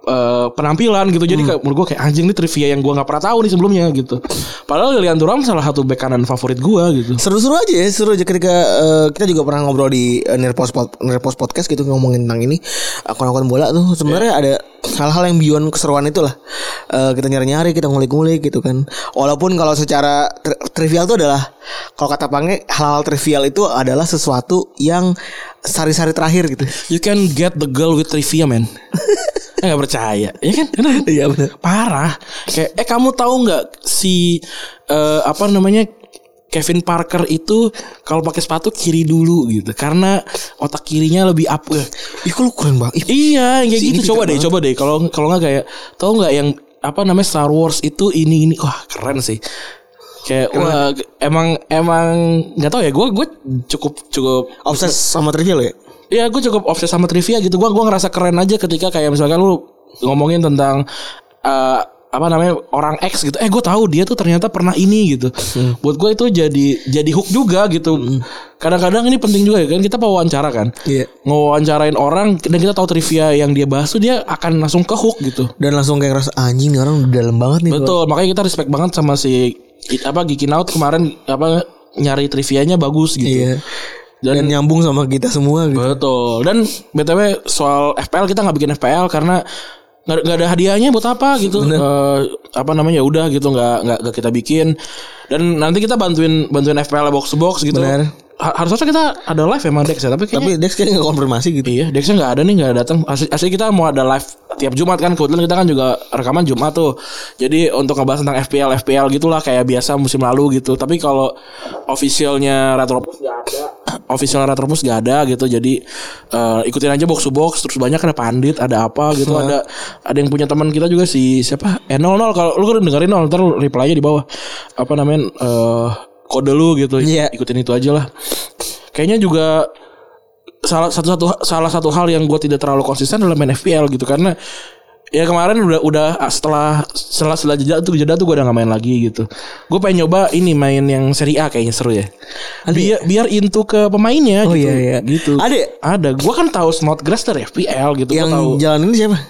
uh, penampilan gitu. Jadi kayak menurut gue kayak anjing nih trivia yang gue nggak pernah tahu nih sebelumnya gitu. Padahal Lilian Thuram salah satu bek kanan favorit gue gitu.
Seru-seru aja ya, seru aja ketika uh, kita juga pernah ngobrol di uh, Nirpos pod, Nirpos podcast gitu ngomongin tentang ini akun-akun bola tuh sebenarnya yeah. ada hal-hal yang beyond keseruan itulah. Uh, kita nyari-nyari, kita ngulik-ngulik gitu kan. Walaupun kalau secara tri- trivial itu adalah kalau kata Pange hal-hal trivial itu adalah sesuatu yang sari-sari terakhir gitu.
You can get the girl with trivia, man. Eh, gak percaya, ya kan?
Iya benar.
Parah. Kayak eh kamu tahu nggak si uh, apa namanya Kevin Parker itu kalau pakai sepatu kiri dulu gitu karena otak kirinya lebih up.
Ih, kok lu keren banget.
Iya, kayak
si
gitu. Coba deh, banget. coba deh. Kalau kalau nggak kayak tahu nggak yang apa namanya Star Wars itu ini ini wah keren sih. Kayak wah, emang emang nggak tahu ya. Gue gue cukup cukup
obses sama trivia lo ya.
Iya, gue cukup obses sama trivia gitu. Gue gue ngerasa keren aja ketika kayak misalkan lu ngomongin tentang uh, apa namanya orang X gitu. Eh, gue tahu dia tuh ternyata pernah ini gitu. Hmm. Buat gue itu jadi jadi hook juga gitu. Hmm. Kadang-kadang ini penting juga ya kan kita wawancara kan.
Iya.
Ngewawancarain orang dan kita tahu trivia yang dia bahas tuh dia akan langsung ke hook gitu.
Dan langsung kayak ngerasa anjing nih orang udah dalam banget nih.
Betul, gua. Makanya kita respect banget sama si apa Geekin Out kemarin apa nyari trivianya bagus gitu. Iya.
Dan, dan nyambung sama kita semua gitu.
Betul. Dan B T W soal F P L kita nggak bikin F P L karena nggak nggak ada hadiahnya buat apa gitu. Uh, apa namanya ya udah gitu nggak nggak nggak kita bikin. Dan nanti kita bantuin bantuin F P L box to box gitu.
Bener.
Harusnya kita ada live emang Dex ya, tapi kayaknya
tapi Dex kayaknya nggak konfirmasi gitu.
Iya, Dexnya nggak ada nih, nggak datang. Asli, asli kita mau ada live tiap Jumat kan, kebetulan kita kan juga rekaman Jumat tuh. Jadi untuk ngebahas tentang F P L F P L gitulah kayak biasa musim lalu gitu. Tapi kalau officialnya Retropus nggak ada, official Retropus nggak ada gitu. Jadi uh, ikutin aja box to box. Terus banyak ada pandit, ada apa gitu. Hmm. Ada ada yang punya teman kita juga si siapa? Eh nol nol kalau lu kan dengerin nol, ntar reply-nya di bawah. Apa namanya? Uh, kode lu gitu, yeah. Ikutin itu aja lah. Kayaknya juga salah satu satu salah satu hal yang gue tidak terlalu konsisten adalah main F P L gitu karena ya kemarin udah udah setelah setelah setelah jeda tuh jeda tuh gue udah nggak main lagi gitu. Gue pengen nyoba ini main yang Serie A kayaknya seru ya. Biar biar into ke pemainnya
oh,
gitu.
Iya, iya.
Gitu.
Ada
ada. Gue kan tahu Snodgrass dari F P L gitu.
Yang
tahu.
Jalan ini siapa?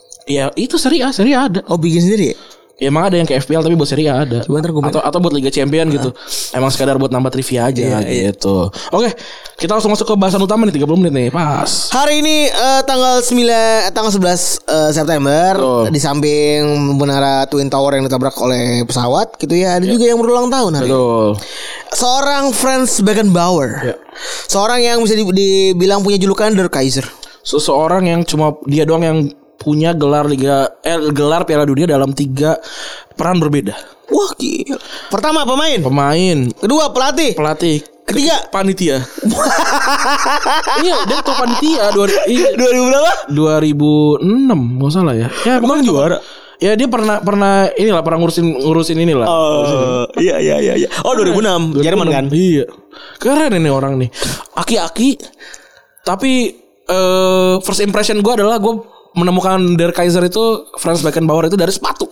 Ya itu Serie A, Serie A ada.
Oh bikin sendiri ya?
Ya emang ada yang ke F P L tapi buat Serie A ada.
Coba ntar gue
atau atau buat Liga Champion uh. gitu. Emang sekadar buat nambah trivia aja iya, gitu. Iya. Oke, kita langsung masuk ke bahasan utama nih tiga puluh menit nih. Pas.
Hari ini uh, tanggal sembilan tanggal sebelas uh, September oh. Di samping menara Twin Tower yang ditabrak oleh pesawat gitu ya, ada yeah. juga yang berulang tahun hari.
Betul.
Seorang Franz Beckenbauer. Yeah. Seorang yang bisa dibilang punya julukan Der Kaiser.
Seseorang yang cuma dia doang yang punya gelar Liga eh, gelar Piala Dunia dalam tiga peran berbeda.
Wah gila. Pertama pemain.
Pemain.
Kedua pelatih.
Pelatih.
Ketiga
panitia. Iya, dia tuh panitia dua
ribu berapa?
dua ribu enam enggak salah ya. Ya,
emang juara.
Ya dia pernah pernah inilah pernah ngurusin ngurusin inilah.
Oh, ngurusin. Iya iya iya iya. Oh dua ribu enam Jerman kan?
Iya. Keren ini orang nih. Aki-aki. Tapi uh, first impression gue adalah gue menemukan Der Kaiser itu Franz Beckenbauer itu dari sepatu.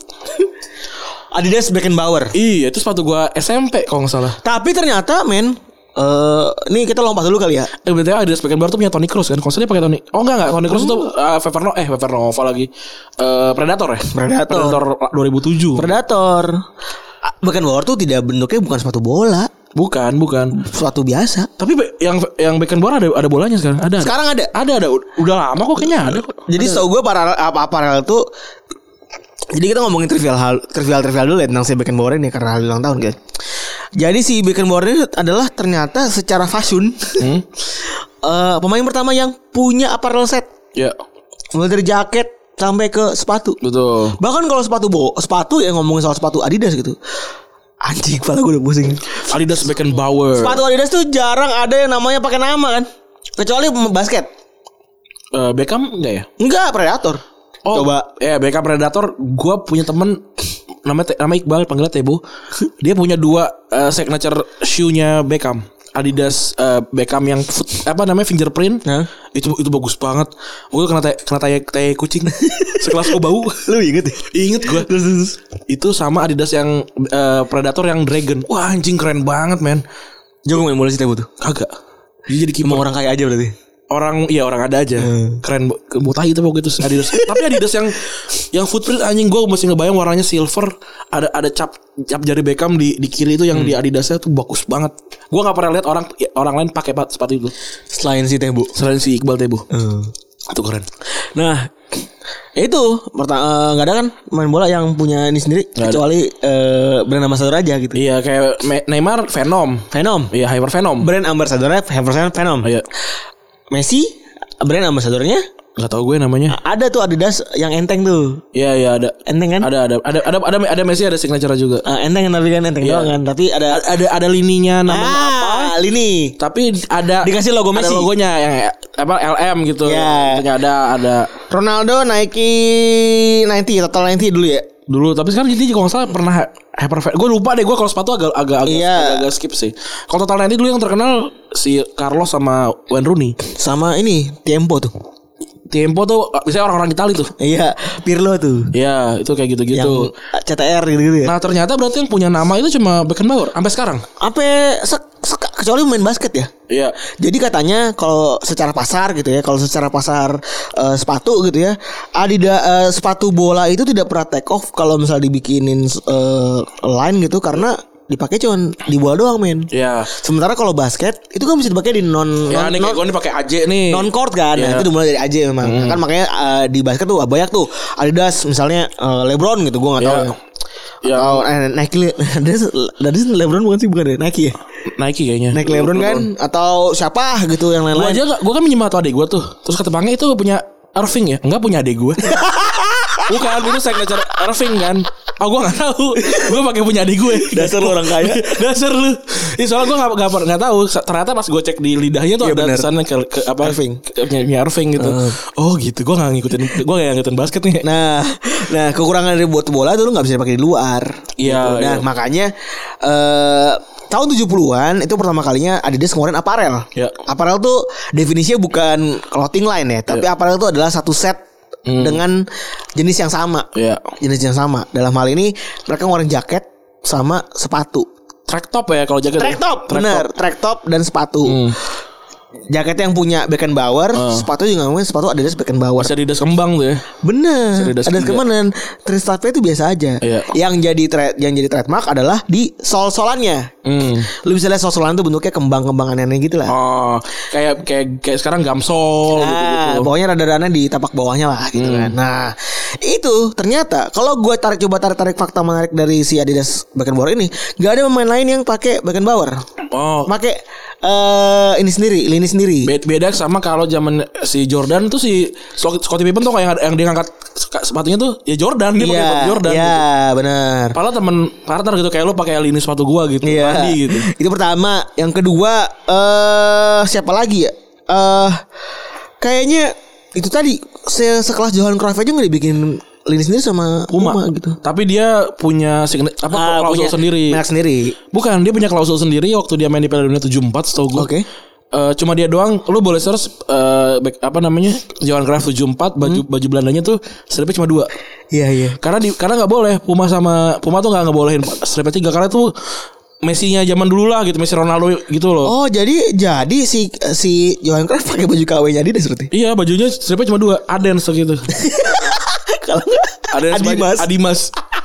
Adidas Beckenbauer.
Iya, itu sepatu gua S M P kalau nggak salah.
Tapi ternyata men Uh, nih kita lompat dulu kali ya.
Eh betul Adidas Beckenbauer tuh punya Toni Kroos kan. Konsernya pakai Toni. Oh enggak enggak Toni Kroos itu oh. uh, Fever eh Fever Nova lagi. Uh, Predator ya?
Predator.
Predator dua ribu tujuh.
Predator. Beckenbauer tuh tidak bentuknya bukan sepatu bola.
Bukan, bukan.
Sepatu biasa.
Tapi yang yang Beckenbauer ada ada bolanya sekarang. Ada.
Sekarang ada.
Ada ada. Udah lama kok kayaknya ada kok.
Jadi setahu gue paralel apa paralel tuh. Jadi kita ngomongin trivial hal trivial trivial dulu ya tentang si Beckenbauer ini karena hari ulang tahun kan. Jadi si Beckenbauer ini adalah ternyata secara fashion hmm? uh, pemain pertama yang punya apparel set.
Ya.
Mulai dari jaket sampai ke sepatu.
Betul.
Bahkan kalau sepatu bo, sepatu ya ngomongin soal sepatu Adidas gitu. Anjing, kepala gue udah pusing.
Adidas Beckenbauer.
Sepatu Adidas tuh jarang ada yang namanya pakai nama kan. Kecuali basket.
Uh, Beckham enggak ya?
Enggak, Predator.
Oh, coba ya Beckham Predator. Gue punya temen namanya nama Iqbal, panggilnya Tebo. Dia punya dua uh, signature shoe-nya Beckham. Adidas uh, Beckham yang foot, apa namanya fingerprint. Huh? Itu itu bagus banget. Gue kena tai kena tai tai kucing. Sekelas gue bau.
Lu inget ya?
Inget gue. Itu sama Adidas yang uh, Predator yang Dragon. Wah anjing keren banget men.
Jago main bola sih Tebo tuh.
Kagak. Dia jadi kiper.
Orang kaya aja berarti.
orang iya orang ada aja. Hmm. Keren mutahi itu pokoknya itu Adidas. Tapi Adidas yang yang footprint anjing gue mesti ngebayang warnanya silver, ada ada cap cap jari Beckham di di kiri itu yang hmm. di Adidasnya tuh bagus banget. Gue enggak pernah lihat orang orang lain pakai sepatu itu.
Selain si Tebo,
selain si Iqbal Tebo. Hmm. Itu keren.
Nah, itu pertama nggak uh, ada kan main bola yang punya ini sendiri gak kecuali uh, brand ambassador aja gitu.
Iya kayak Neymar Venom.
Venom.
Iya Hyper Venom.
Brand ambassadornya Hyper Venom. Iya. Messi brand ambassadornya
nggak tahu gue namanya.
Ada tuh Adidas yang enteng tuh.
Iya iya ada.
Enteng kan?
Ada ada ada ada ada, ada Messi ada signature juga.
Uh, enteng tapi kan enteng
yeah.
doang kan. Tapi ada
ada ada lininya namanya
ah,
apa?
Lini.
Tapi ada
dikasih logo Messi.
Ada logonya yang apa L M gitu.
Iya.
Yeah. Ada ada
Ronaldo Nike sembilan puluh total sembilan puluh dulu ya.
Dulu tapi sekarang jadi kalau nggak salah pernah Hyper. Gue lupa deh gue kalau sepatu agak agak agak,
iya.
agak, agak skip sih. Kalau total sembilan puluh dulu yang terkenal si Carlos sama Wayne Rooney.
Sama ini Tempo tuh.
Tempo tuh biasanya orang-orang Itali tuh.
Iya, Pirlo tuh.
Iya, itu kayak gitu-gitu.
Yang C T R gitu-gitu ya.
Nah, ternyata berarti yang punya nama itu cuma Beckenbauer sampai sekarang.
Sampai kecuali main basket ya.
Iya.
Jadi katanya kalau secara pasar gitu ya, kalau secara pasar uh, sepatu gitu ya, Adidas uh, sepatu bola itu tidak pernah take off kalau misalnya dibikinin uh, line gitu karena dipakai cuma di bola doang men.
Iya.
Sementara kalau basket itu kan bisa dipakai di non
ya,
non,
nih, gue nih pakai A J nih.
Non court kan. Ya. Nah, itu dimulai dari A J memang. Hmm. Kan makanya uh, di basket tuh banyak tuh Adidas misalnya uh, LeBron gitu gue enggak tahu. Ya. Ya, oh, eh, Nike Adidas Adidas LeBron bukan sih bukan ya? Nike ya?
Nike kayaknya.
Nike LeBron kan atau siapa gitu yang lain-lain.
Gue aja gue kan minjem atau adek gue tuh. Terus kata bangnya itu punya Irving ya? Enggak punya adek gue. Bukan, itu signature Irving kan. Oh gue gak tahu. Gue pakai punya adik gue.
Dasar lu orang kaya.
Dasar lu. Ini soalnya gue gak, gak, gak tahu. Ternyata pas gue cek di lidahnya tuh ya, ada tulisannya ke, ke apa
Irving.
Punya Irving gitu. uh. Oh gitu. Gue gak ngikutin. Gue gak ngikutin basket nih.
Nah Nah kekurangan dari buat bola tuh lu gak bisa dipakai di luar.
Iya
gitu. Nah
iya.
makanya uh, tahun tujuh puluhan itu pertama kalinya Adidas ngeluarin apparel.
Ya.
Apparel tuh definisinya bukan clothing line ya, tapi ya. Apparel itu adalah satu set hmm. dengan jenis yang sama.
Ya.
Jenis yang sama. Dalam hal ini mereka ngeluarin jaket sama sepatu.
Track top ya kalau jaket.
Track top, bener. Track top dan sepatu. Hmm. Jaket yang punya Beckenbauer, uh. sepatu juga ngomongin sepatu Adidas Beckenbauer.
Masih Adidas kembang tuh ya.
Bener. Adidas kembang dan tristartnya itu biasa aja. Iya. Yang jadi tra- yang jadi trademark adalah di sol-solannya. Hmm. Lu bisa lihat sol-solan itu bentuknya kembang-kembang aneh-aneh gitu lah.
Oh, kayak kayak kayak sekarang gamsol
nah,
gitu-gitu.
Pokoknya rada-rada di tapak bawahnya lah gitu hmm. kan. Nah, itu ternyata kalau gue tarik coba tarik-tarik fakta menarik dari si Adidas Beckenbauer ini, enggak ada pemain lain yang pakai Beckenbauer. Oh. Pakai uh, ini sendiri, lini sendiri.
Beda sama kalau zaman si Jordan tuh si Scottie Pippen tuh kayak yang dia ngangkat sepatunya tuh ya Jordan dia
yeah,
pakai Jordan.
Iya, yeah,
gitu.
benar.
Padahal temen partner gitu kayak lu pakai lini sepatu gua gitu.
Yeah.
Mandi gitu.
Itu pertama, yang kedua eh uh, siapa lagi ya? Eh uh, kayaknya itu tadi se- sekelas Johan Cruyff aja enggak dibikin lini sendiri sama Puma, Puma gitu.
Tapi dia punya sign- apa ah, klausul
punya
sendiri.
Merek sendiri.
Bukan, dia punya klausul sendiri waktu dia main di Piala Dunia tujuh puluh empat setahu gue. Oke. Okay. Uh, cuma dia doang. Lu boleh search uh, back, apa namanya? Johan Cruyff tujuh puluh empat baju hmm. baju Belandanya tuh stripnya cuma dua.
Iya iya.
Karena di karena enggak boleh Puma sama Puma tuh enggak ngebolehin stripnya tiga karena tuh Messi-nya zaman dulu lah gitu, Messi Ronaldo gitu loh.
Oh, jadi jadi si si Johan Cruyff pakai baju K W-nya Adidas berarti.
Iya, bajunya stripnya cuma dua, Adens gitu.
Kalau enggak
Adimas. Adimas.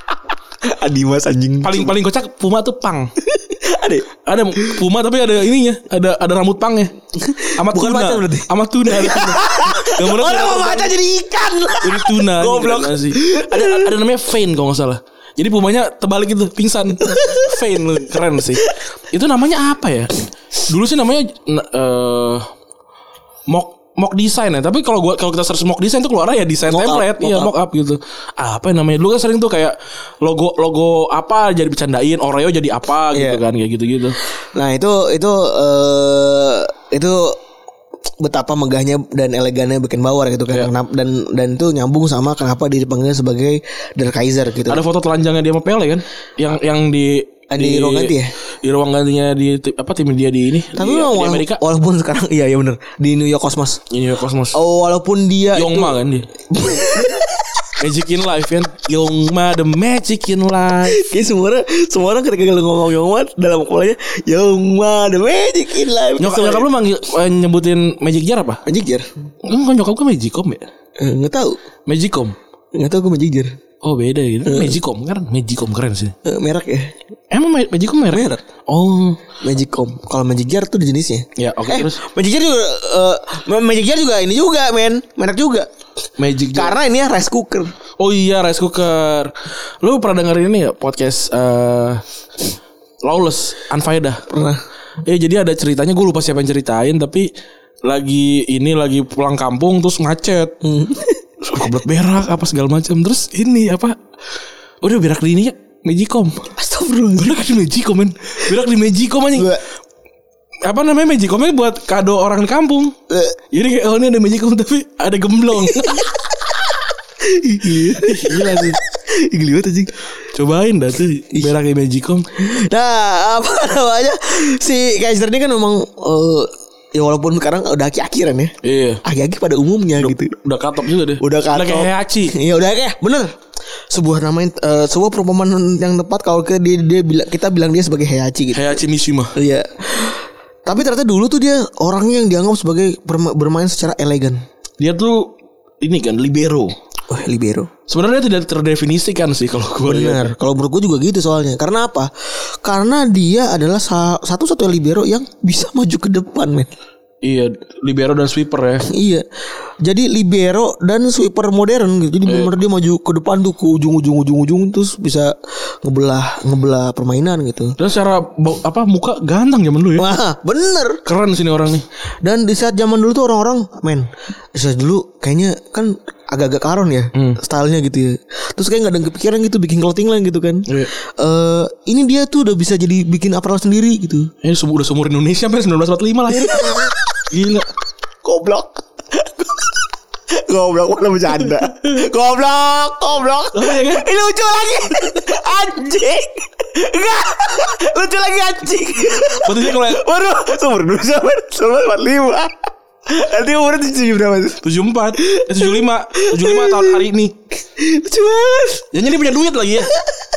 Adimas anjing.
Paling paling kocak Puma tuh pang.
Ada
ada Puma tapi ada ininya, ada ada rambut pangnya. Amat
bukan
tuna.
macan berarti.
Amat tuna ada tuna.
Gambarnya oh, mau macan jadi ikan.
Jadi tuna.
Goblok.
Ada ada namanya Fein kalau enggak salah. Jadi Pumanya terbalik gitu, pingsan. Fein lu, keren sih. Itu namanya apa ya? Dulu sih namanya uh, mock mock design ya. Tapi kalau gua kalau kita search mock design tuh keluar ya desain template, iya mock up gitu. Apa yang namanya? Dulu kan sering tuh kayak logo logo apa jadi bercandain, Oreo jadi apa gitu yeah. kan, kayak gitu-gitu.
Nah, itu itu uh, itu betapa megahnya dan elegannya Beckenbauer gitu kan. Yeah. Dan dan itu nyambung sama kenapa dia dipanggil sebagai Der Kaiser gitu.
Ada foto telanjangnya dia sama Pele kan? Yang yang di
di, di ruang ganti ya?
Di ruang gantinya di apa tim dia di ini.
Tapi
di,
wala-
di Amerika.
Walaupun sekarang iya ya benar di New York Cosmos.
Di New York Cosmos.
Oh, walaupun dia
Yongma kan dia. Magic in life kan. Yongma the magic in life.
Kayak semua orang, semua orang ketika lu ngomong Yongma dalam kepalanya Yongma the magic in life.
Nyokap nyokap lu manggil eh, nyebutin magic jar apa?
Magic jar.
Kan nyokap gue magicom ya?
Enggak uh, tahu.
Magicom.
Enggak tahu gue magic jar.
Oh beda gitu. Uh. Magicom kan Magicom keren sih.
Uh, merek ya.
Emang Magicom merek?
Merek.
Oh,
Magicom. Kalau Magic Jar tuh jenisnya.
Ya, oke okay,
eh,
terus.
Magic Jar juga uh, Magic Jar juga ini juga, men. Merek juga.
Magic Jar.
Karena ini ya rice cooker.
Oh iya, rice cooker. Lu pernah dengerin ini ya podcast uh, Lawless Unfaedah?
Pernah.
Eh jadi ada ceritanya, gue lupa siapa yang ceritain, tapi lagi ini lagi pulang kampung terus macet. Hmm. Kebelet berak apa segala macam. Terus ini apa? Udah berak di ini ya Magicom.
Astagfirullah.
Berak di Magicom men. Berak di Magicom aja. Apa namanya Magicomnya buat kado orang di kampung. Jadi kayak oh ini ada Magicom tapi ada gemblong. Gila sih.
Gila banget anjing.
Cobain dah tuh berak di Magicom.
Nah apa namanya si Kaiser ini kan memang uh, ya walaupun sekarang udah aki-akiran ya.
Iya.
Aki-aki pada umumnya
udah,
gitu.
Udah katop juga deh.
Udah katop.
Udah kayak Heihachi.
Iya udah kayak bener. Sebuah nama uh, sebuah perumpamaan yang tepat kalau dia, dia, dia bilang kita bilang dia sebagai Heihachi gitu.
Heihachi Mishima.
Iya. Tapi ternyata dulu tuh dia orangnya yang dianggap sebagai bermain secara elegan.
Dia tuh ini kan libero.
Oh, libero.
Sebenarnya tidak terdefinisikan sih kalau gue.
Benar. Kalau menurut gue juga gitu soalnya. Karena apa? Karena dia adalah satu-satunya libero yang bisa maju ke depan, men.
Iya, libero dan sweeper ya.
Iya. Jadi libero dan sweeper modern gitu. Jadi eh. benar dia maju ke depan tuh ke ujung-ujung ujung-ujung terus bisa ngebelah ngebelah permainan gitu.
Dan secara apa muka ganteng zaman dulu ya.
Wah, bener.
Keren sini orang nih.
Dan di saat zaman dulu tuh orang-orang, men, di saat dulu kayaknya kan agak-agak karon ya hmm. stylenya gitu ya. Terus kayak nggak ada kepikiran gitu bikin clothing line gitu kan. Iya. Uh, ini dia tuh udah bisa jadi bikin apparel sendiri gitu.
Ini udah seumur Indonesia sampai sembilan belas empat puluh lima lahir. Gila.
Goblok. Goblok mana bercanda. Goblok, goblok. Ini lucu lagi. Anjing. Enggak. Lucu lagi anjing.
Betulnya kalau
baru seumur Indonesia sembilan belas empat puluh lima. Nanti umurnya tujuh berapa tuh?
tujuh puluh empat eh, tujuh puluh lima tujuh puluh lima tahun hari ini.
Lucu banget.
Jangan dia punya duit lagi ya.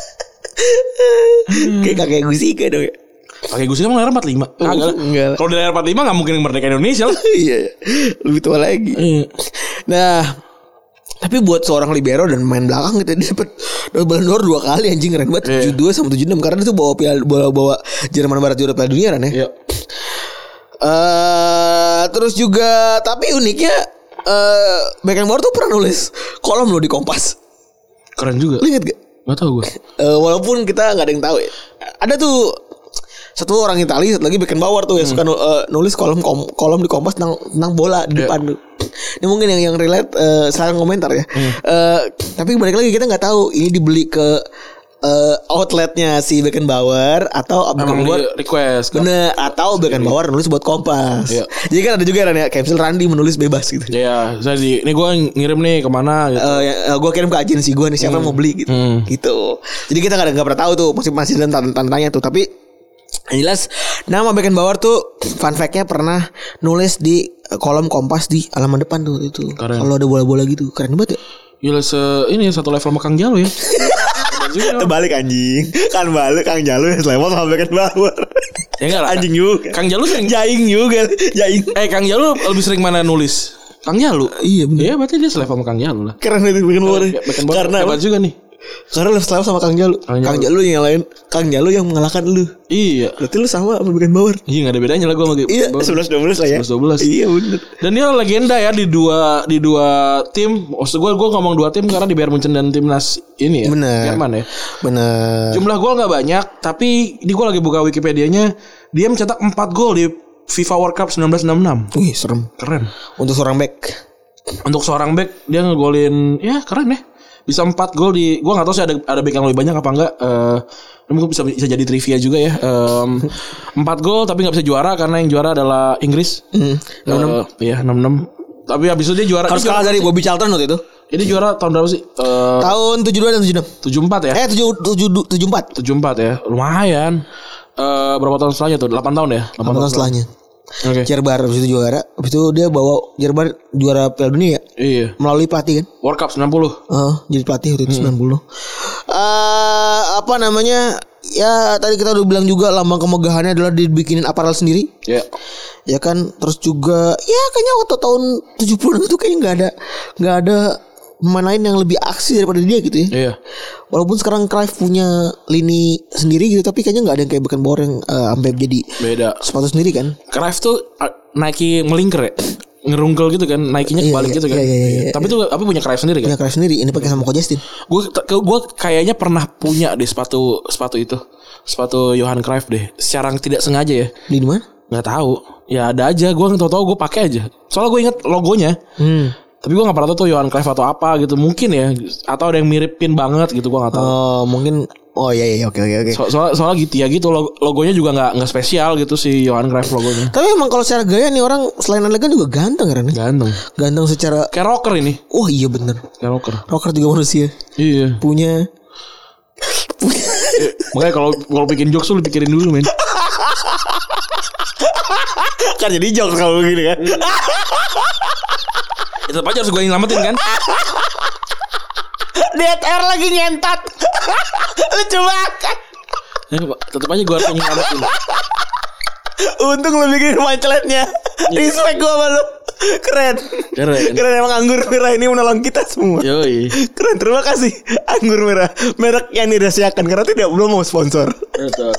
hmm. Kayak kakek Gusika dong ya.
Kakek Gusika emang lahir empat puluh lima. Kagak lah. Kalau dia lahir empat puluh lima gak mungkin merdeka Indonesia lah.
Iya. Lebih tua lagi. Iya. Nah, tapi buat seorang libero dan main belakang gitu dia dapat Ballon d'Or dua kali anjing keren banget. tujuh puluh dua sama tujuh puluh enam karena itu bawa piala bawa, bawa Jerman Barat juara Piala Dunia kan ya. Iya. Uh, terus juga tapi uniknya uh, Beckenbauer tuh pernah nulis kolom loh di Kompas.
Keren juga.
Lu inget gak?
Gak tau gue.
Uh, walaupun kita gak ada yang tahu ya. Ada tuh satu orang Italia, satu lagi Beckenbauer tuh yang hmm. suka uh, nulis kolom kom, kolom di Kompas tentang tentang bola di yeah. depan tuh. Ini mungkin yang yang relate uh, silahkan komentar ya. Hmm. Uh, tapi balik lagi kita nggak tahu ini dibeli ke uh, outletnya si Beckenbauer atau Beckenbauer
request
bener atau Beckenbauer nulis buat Kompas. Yeah. Jadi kan ada juga kan ya kayak misal Randy menulis bebas gitu.
Iya, yeah, saya di ini gue ngirim nih kemana gitu.
Uh, ya, uh, gue kirim ke agensi gue nih siapa hmm. mau beli gitu. Hmm. Gitu. Jadi kita nggak nggak pernah tahu tuh masih masih dalam tanda-tandanya tuh tapi yang jelas nama Beckenbauer tuh fun fact-nya pernah nulis di kolom Kompas di halaman depan tuh itu. Kalau ada bola-bola gitu. Keren banget ya.
Gila se ini satu level sama Kang Jalo ya.
Terbalik anjing. Kan balik Kang Jalo yang selevel sama Beckenbauer.
Ya enggak lah.
Anjing juga.
Kang Jalo sering
jaing juga. Jaing.
Eh Kang Jalo lebih sering mana nulis? Kang Jalo.
Iya benar.
Iya berarti dia selevel sama Kang Jalo lah.
Keren itu Beckenbauer.
Karena hebat juga nih.
Karena lu selalu sama Kang Jalu. Kang Jalu, Kang Jalu yang lain, Kang Jalu yang mengalahkan lu.
Iya.
Berarti lu sama sama Beckenbauer.
Iya, enggak ada bedanya lah gua sama Beckenbauer.
Iya, sebelas dua belas lah ya.
sebelas dua belas.
Iya, benar.
Dan dia legenda ya di dua di dua tim. Maksud gua gua ngomong dua tim karena di Bayern Munchen dan timnas ini ya.
Bener.
Jerman ya.
Benar.
Jumlah gol enggak banyak, tapi di gua lagi buka Wikipedia-nya, dia mencetak empat gol di FIFA World Cup seribu sembilan ratus enam puluh enam.
Wih, serem.
Keren.
Untuk seorang back.
Untuk seorang back dia ngegolin ya keren ya. Bisa empat gol di gua enggak tahu sih ada ada back yang lebih banyak apa enggak. Eh uh, mungkin bisa bisa jadi trivia juga ya. Um, empat gol tapi enggak bisa juara karena yang juara adalah Inggris. Mm. enam enam Uh, iya enam enam. Tapi habis itu dia juara.
Harus kalah dari Bobby Charlton waktu itu.
Ini juara tahun berapa sih? Uh,
tahun tujuh puluh dua dan tujuh puluh enam.
tujuh puluh empat ya?
Eh tujuh tujuh tujuh puluh empat.
tujuh puluh empat ya. Lumayan. Uh, berapa tahun setelahnya tuh? delapan tahun ya?
delapan tahun setelahnya.
Oke.
Jerbar habis itu juara. Habis itu dia bawa Jerbar juara Piala Dunia.
Iya.
Melalui pelatih kan.
World Cup sembilan puluh.
Uh, jadi pelatih waktu itu hmm. sembilan puluh. Uh, apa namanya? Ya tadi kita udah bilang juga lambang kemegahannya adalah dibikinin aparel sendiri.
Iya. Yeah.
Ya kan, terus juga ya kayaknya waktu tahun tujuh puluhan itu kayaknya enggak ada enggak ada pemain lain yang lebih aksi daripada dia gitu ya.
Iya.
Walaupun sekarang Cruyff punya lini sendiri gitu, tapi kayaknya nggak ada yang kayak Beckenbauer yang uh, sampai jadi
beda
sepatu sendiri kan.
Cruyff tuh uh, Nike melingkar ya, ngerungkel gitu kan, Nike-nya kebalik
iya,
gitu kan.
Iya, iya, iya,
tapi
iya.
tuh apa punya Cruyff sendiri kan?
Punya Cruyff sendiri. Ini pakai sama Coach Justin.
Gue gue kayaknya pernah punya deh sepatu sepatu itu, sepatu Johan Cruyff deh. Secara tidak sengaja ya.
Di mana?
Nggak tahu. Ya ada aja. Gue nggak tahu-tahu gue pakai aja. Soalnya gue inget logonya.
Hmm.
Tapi gue gak pernah tahu tuh Johan Cruyff atau apa gitu. Mungkin ya. Atau ada yang miripin banget gitu. Gue gak tahu.
Oh mungkin. Oh iya iya oke oke oke.
So, soalnya, soalnya gitu ya gitu. Logonya juga gak, gak spesial gitu si Johan Cruyff logonya.
Tapi emang kalau secara gaya nih orang selain elegan juga ganteng kan.
Ganteng.
Ganteng secara.
Kayak rocker ini.
Oh iya bener.
Kayak rocker.
Rocker juga manusia.
Iya.
Punya.
eh, makanya kalau kalau bikin jokes lu pikirin dulu men.
Kan jadi jokes kalau begini kan.
Itu aja harus gue nyelamatin kan.
D T R lagi nyentat. Lucu banget.
Ya, tetap aja gue harus nyelamatin.
Untung lu bikin punchline-nya. Respect gue sama lu. Keren.
Keren.
Keren emang anggur merah ini menolong kita semua.
Yoi.
Keren, terima kasih anggur merah. Merek yang dirahasiakan karena tidak belum mau sponsor.
Betul.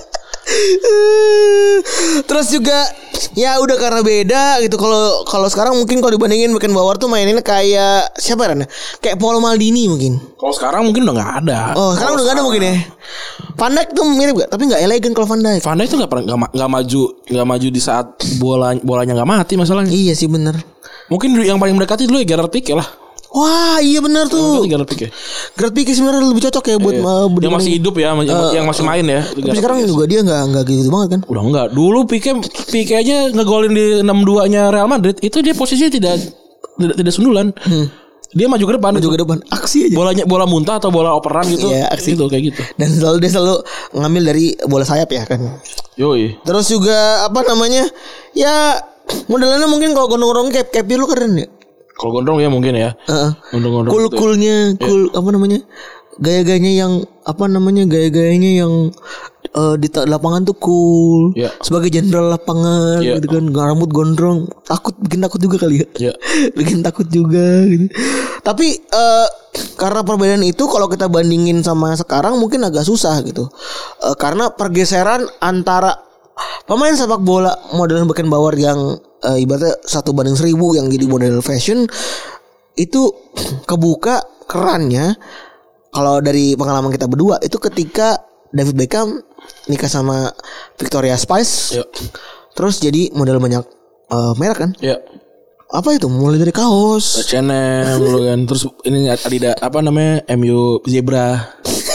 Terus juga ya udah karena beda gitu. Kalau kalau sekarang mungkin kalau dibandingin Beckenbauer tuh maininnya kayak siapa ya? Kayak Paolo Maldini mungkin.
Kalau sekarang mungkin udah nggak ada.
Oh sekarang udah nggak ada mungkin ya. Van Dijk tuh mirip gak? Tapi nggak elegan kalau Van Dijk.
Van Dijk tuh nggak pernah nggak nggak maju nggak maju di saat bola bolanya nggak mati masalahnya.
Iya sih benar.
Mungkin yang paling mendekati dulu ya Gerard Pique lah.
Wah iya benar tuh.
Gerard Pique.
Gerard Pique sebenarnya lebih cocok ya buat
iya.
uh,
yang masih hidup ya, uh, yang masih main ya.
Tapi sekarang juga dia nggak nggak gitu banget kan?
Udah enggak. Dulu Pique Pique aja ngegolin di enam dua-nya Real Madrid, itu dia posisinya tidak tidak, tidak sundulan. Hmm. Dia maju ke depan.
Maju ke depan. Aksi aja.
Bolanya bola muntah atau bola operan gitu.
Iya, aksi
gitu kayak gitu.
Dan selalu dia selalu ngambil dari bola sayap ya kan.
Yoi.
Terus juga apa namanya? Ya modelannya mungkin kalau gondrong-gondrong kayak kayak lu keren ya.
Kalau gondrong ya mungkin ya.
Heeh. Uh,
gondrong-gondrong.
Cool-coolnya,
gitu ya.
cool apa namanya? Gaya-gayanya yang apa namanya? Gaya-gayanya yang uh, di lapangan tuh cool.
Yeah.
Sebagai jenderal lapangan
yeah.
gitu kan, rambut gondrong, takut bikin takut juga kali ya.
Yeah.
Bikin takut juga gitu. Tapi uh, karena perbedaan itu kalau kita bandingin sama sekarang mungkin agak susah gitu. Uh, karena pergeseran antara pemain sepak bola model Beckenbauer yang uh, ibaratnya satu banding seribu yang jadi model fashion itu kebuka kerannya kalau dari pengalaman kita berdua itu ketika David Beckham nikah sama Victoria Spice,
ya.
Terus jadi model banyak uh, merek kan?
Ya.
Apa itu? Mulai dari kaos,
H and M dulu kan, terus ini Adidas apa namanya M U Zebra.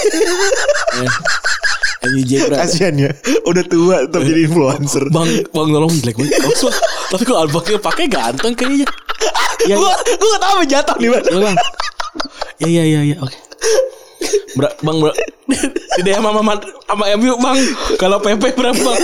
ya. M U Zebra.
Kasian ya, udah tua tetap jadi influencer.
Bang, bang tolong jelek banget. Tapi kalau Albaknya pakai ganteng kayaknya.
Ya, gua gua enggak tahu jatuh di mana.
Ya, Bang. Ya ya ya ya, oke. Bra, bang, bra. Tidak sama sama sama M U, Bang. Kalau P P berapa, Bang?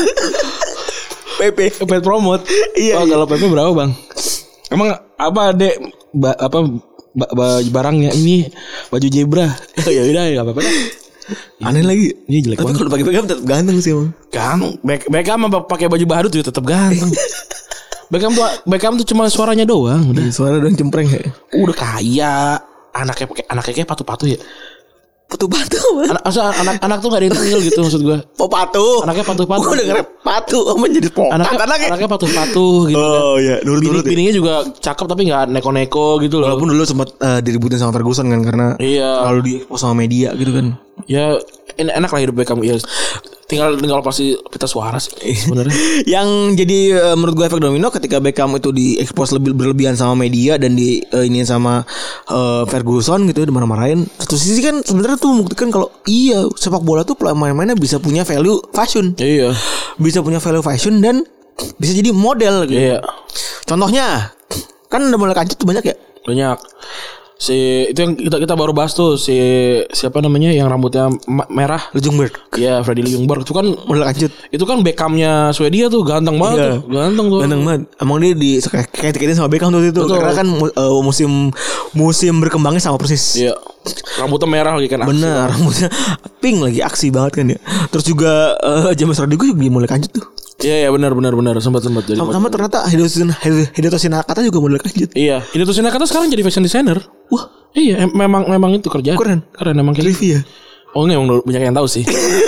P P
P P promote.
Iya.
Oh, iya. Kalau P P berapa, Bang? Emang apa, Dek? Ba, apa ba, ba, barangnya ini baju zebra. Ya udah, enggak apa-apa dah.
Aneh lagi.
Ini jelek
tapi
banget.
kalau pakai Beckham tetap ganteng sih, Bang.
Kan Beckham apa pakai baju badut juga tetap ganteng. Beckham tuh Beckham tuh cuma suaranya doang, udah.
Suara doang cempreng ya.
Udah kaya. Anaknya pakai anaknya kayak patu-patu ya.
Patu-patu.
Anak anak anak tuh enggak ada yang tengil gitu maksud gua.
Oh, patu.
Anaknya patu-patu.
Gua denger patu apa jadi pokat
Anaknya,
anaknya.
anaknya patu-patu gitu.
Oh
kan.
iya, nurut-nurut.
Bini, bininya juga cakep tapi enggak neko-neko gitu loh.
Walaupun dulu sempat uh, diributin sama Ferguson kan karena
iya.
Lalu di expose sama media gitu kan.
Ya enak lah hidup Beckham ya. Tinggal tinggal pasti pita suara sih sebenarnya.
Yang jadi uh, menurut gue efek domino ketika Beckham itu diekspos lebih berlebihan sama media dan di uh, ini sama uh, Ferguson gitu dimarah-marahin. Satu sisi kan sebenarnya tuh membuktikan kalau iya sepak bola tuh pemain-pemainnya bisa punya value fashion.
Iya.
Bisa punya value fashion dan bisa jadi model gitu.
Iya.
Contohnya kan udah mulai kancet tuh banyak ya.
Banyak. Si itu yang kita kita baru bahas tuh si siapa namanya yang rambutnya ma- merah
Ljungberg.
Iya, Freddy Ljungberg itu kan
Model lanjut.
itu kan Beckhamnya Swedia tuh ganteng banget
Iya.
tuh. Ganteng tuh.
Ganteng banget. Emang dia di kayak-kayak sama Beckham tuh itu.
Betul.
Karena kan uh, musim musim berkembangnya sama persis.
Iya. Rambutnya merah lagi kan.
Bener, rambutnya pink lagi, aksi banget kan ya. Terus juga uh, James Rodriguez juga mulai lanjut tuh.
Iya iya benar benar benar sempat sempat jadi.
Sama, sama ternyata Hideyoshi Hideyoshi Nakata juga model lanjut.
Iya, ini tuh Nakata sekarang jadi fashion designer.
Wah,
iya, em- memang memang itu kerjaan.
Keren.
Keren emang kayak.
trivia.
Oh enggak, emang banyak yang tahu sih.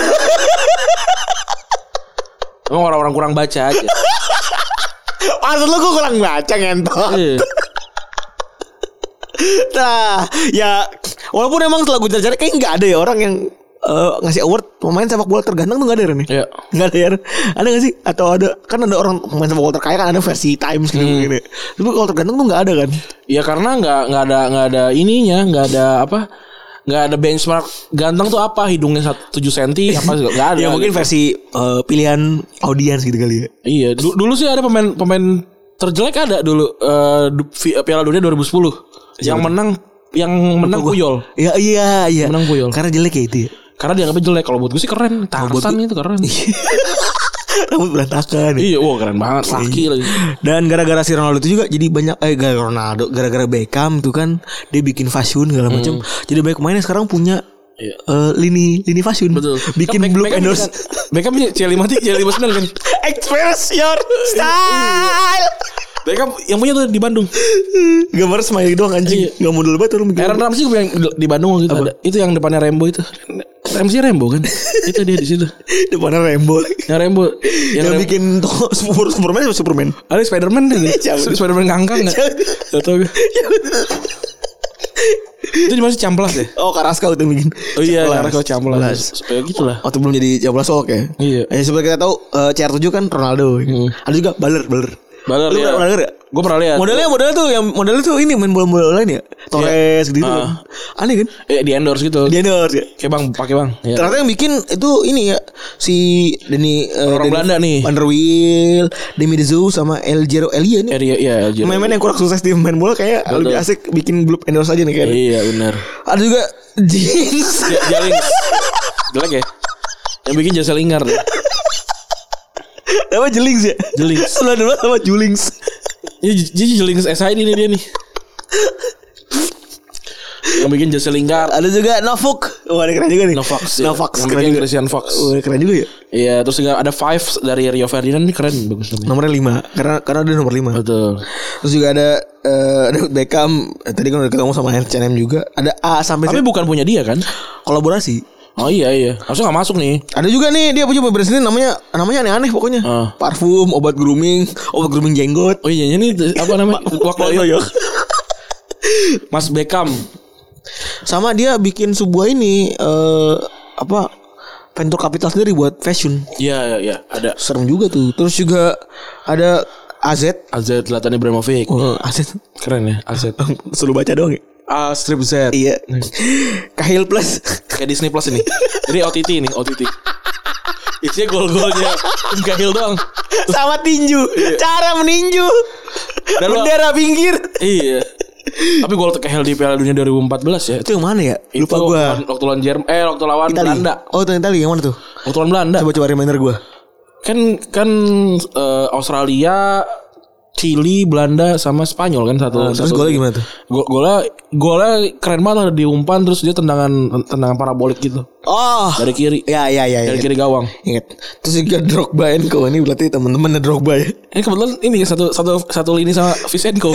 Emang orang-orang kurang baca aja.
Maksud lu gue kurang baca ngentot.
Iya.
Nah, ya walaupun emang setelah gue cari kayak nggak ada ya orang yang uh, ngasih award pemain sepak bola terganteng tuh nggak ada ya nih.
Iya.
Nggak ada ya. Ada nggak sih? Atau ada kan ada orang pemain sepak bola terkaya kan ada versi Times gitu
Hmm.
gini. Tapi kalau terganteng tuh nggak ada kan?
Iya karena nggak nggak ada nggak ada ininya, nggak ada apa, nggak ada benchmark ganteng tuh apa hidungnya satu tujuh senti apa nggak ada.
Ya mungkin
gitu.
versi uh, pilihan audiens gitu kali ya.
Iya dulu, dulu sih ada pemain pemain terjelek ada dulu uh, du- vi- Piala Dunia dua ribu sepuluh yang menang yang menang Puyol.
Iya iya iya.
Menang Puyol.
Karena jelek ya itu ya.
Karena dianggapnya jelek. Kalau buat gue sih keren. Tarsan itu keren.
Rambut berantakan.
Iya, wah keren banget. Laki lagi.
Dan gara-gara si Ronaldo itu juga jadi banyak eh gara Ronaldo, gara-gara Beckham tuh kan dia bikin fashion segala macam. Jadi banyak pemain yang sekarang punya
Iya.
eh, lini lini fashion.
Betul.
Bikin
Kan Beck-
blue
Beckham
endorse.
kan- Beckham punya C lima tiga, C lima sembilan kan.
Express your style.
Beckham yang punya tuh di Bandung.
Gambar smiley doang anjing.
Iya.
Enggak model banget orang bikin.
Aaron Ramsey gue yang di Bandung gitu ada. Itu yang depannya Rembo itu. Ramsey Rembo kan. Itu dia di situ.
Depannya Rainbow.
Yang Rembo
Yang,
Rem-
bikin toh Super Superman apa Superman?
ada Spiderman kan.
Siapa?
Spiderman ngangkang enggak? Enggak tahu gue. Itu di mana sih Camplas ya?
Oh, Karaska itu yang bikin.
Oh iya,
Camplas.
karena kalau Camplas. Supaya gitu lah.
Waktu belum jadi Camplas Walk ya.
Iya.
Eh seperti kita tahu eh, C R tujuh kan Ronaldo. Ada juga Baller, Baller.
Baller
Lu
ya.
pernah denger ya?
Gue pernah lihat.
Modelnya modelnya tuh yang modelnya tuh ini main bola-bola lain ya. Torres gitu, gitu
Ah.
kan. Aneh kan?
Eh di endorse gitu.
Dia endorse ya.
Kayak Bang, pakai Bang. Iya.
Ternyata yang bikin itu ini ya si Denny eh,
Orang
Denny
Belanda nih.
Van der Wiel, Demi de Zou sama El Giro Elia nih.
Eh, iya, iya, L J.
Pemain-pemain yang kurang sukses di main bola kayak
Betul.
lebih asik bikin grup endorse aja nih kayaknya.
Iya, benar.
Ada juga jeans.
Ja- Jalings. Jelek ya? Yang bikin jasa lingkar.
Apa Jelings ya?
Jelings.
Sebelah dulu sama Julings.
Ini jadi Jelings S I D nih dia nih. Yang bikin jasa lingkar.
Ada juga Novak. Wah, ini keren juga nih.
Novax. Ya.
Novax
Yang
keren
bikin
juga.
Christian Fox.
Wah, keren juga ya.
Iya, terus juga ada Five dari Rio Ferdinand ini keren bagus namanya.
Nomornya lima karena karena dia nomor lima.
Betul.
Terus juga ada eh, David Beckham. Eh, Tadi kan udah ketemu sama H and M juga. Ada A sampai
Tapi
Z
bukan punya dia kan?
kolaborasi.
Oh iya iya. Harusnya gak masuk nih.
Ada juga nih dia punya brand sendiri namanya namanya aneh-aneh pokoknya.
Ah.
Parfum, obat grooming, obat grooming jenggot.
Oh iya ini apa namanya? Wakloyo. Mas Beckham.
Sama dia bikin sebuah ini eh apa venture capital sendiri buat fashion.
Iya iya iya. Ada
Serem juga tuh. Terus juga ada A Z.
Azet Zlatan Ibrahimovic.
Oh, A Z.
Keren ya Azet.
Selalu baca doang ya.
A strip Z.
Iya. Kahil Plus.
Kayak Disney Plus ini. Ini O T T nih, O T T. Isinya gol-golnya Gahil doang.
Sama tinju. Cara meninju.
Dan lo-
Bendera pinggir.
Iya. Tapi gol Gahil di Piala Dunia dua ribu empat belas ya.
Itu yang mana ya?
Itu
Lupa gua.
waktu- Waktu lawan Jerman, eh waktu lawan
Itali.
Belanda.
Oh, itu Itali yang mana tuh?
Waktu lawan Belanda.
Coba coba reminder gua.
Kan kan eh, Australia, Chili, Belanda sama Spanyol kan satu.
Oh, terus
satu-
golnya gimana tuh?
Gol golnya golnya keren banget di umpan terus dia tendangan tendangan parabolik gitu.
Oh.
Dari kiri.
Ya ya ya.
Dari
ya.
kiri gawang.
Ingat. Terus juga Drogba Enko ini berarti teman-teman Drogba ya.
Ini kebetulan ini satu satu satu lini sama Visenko.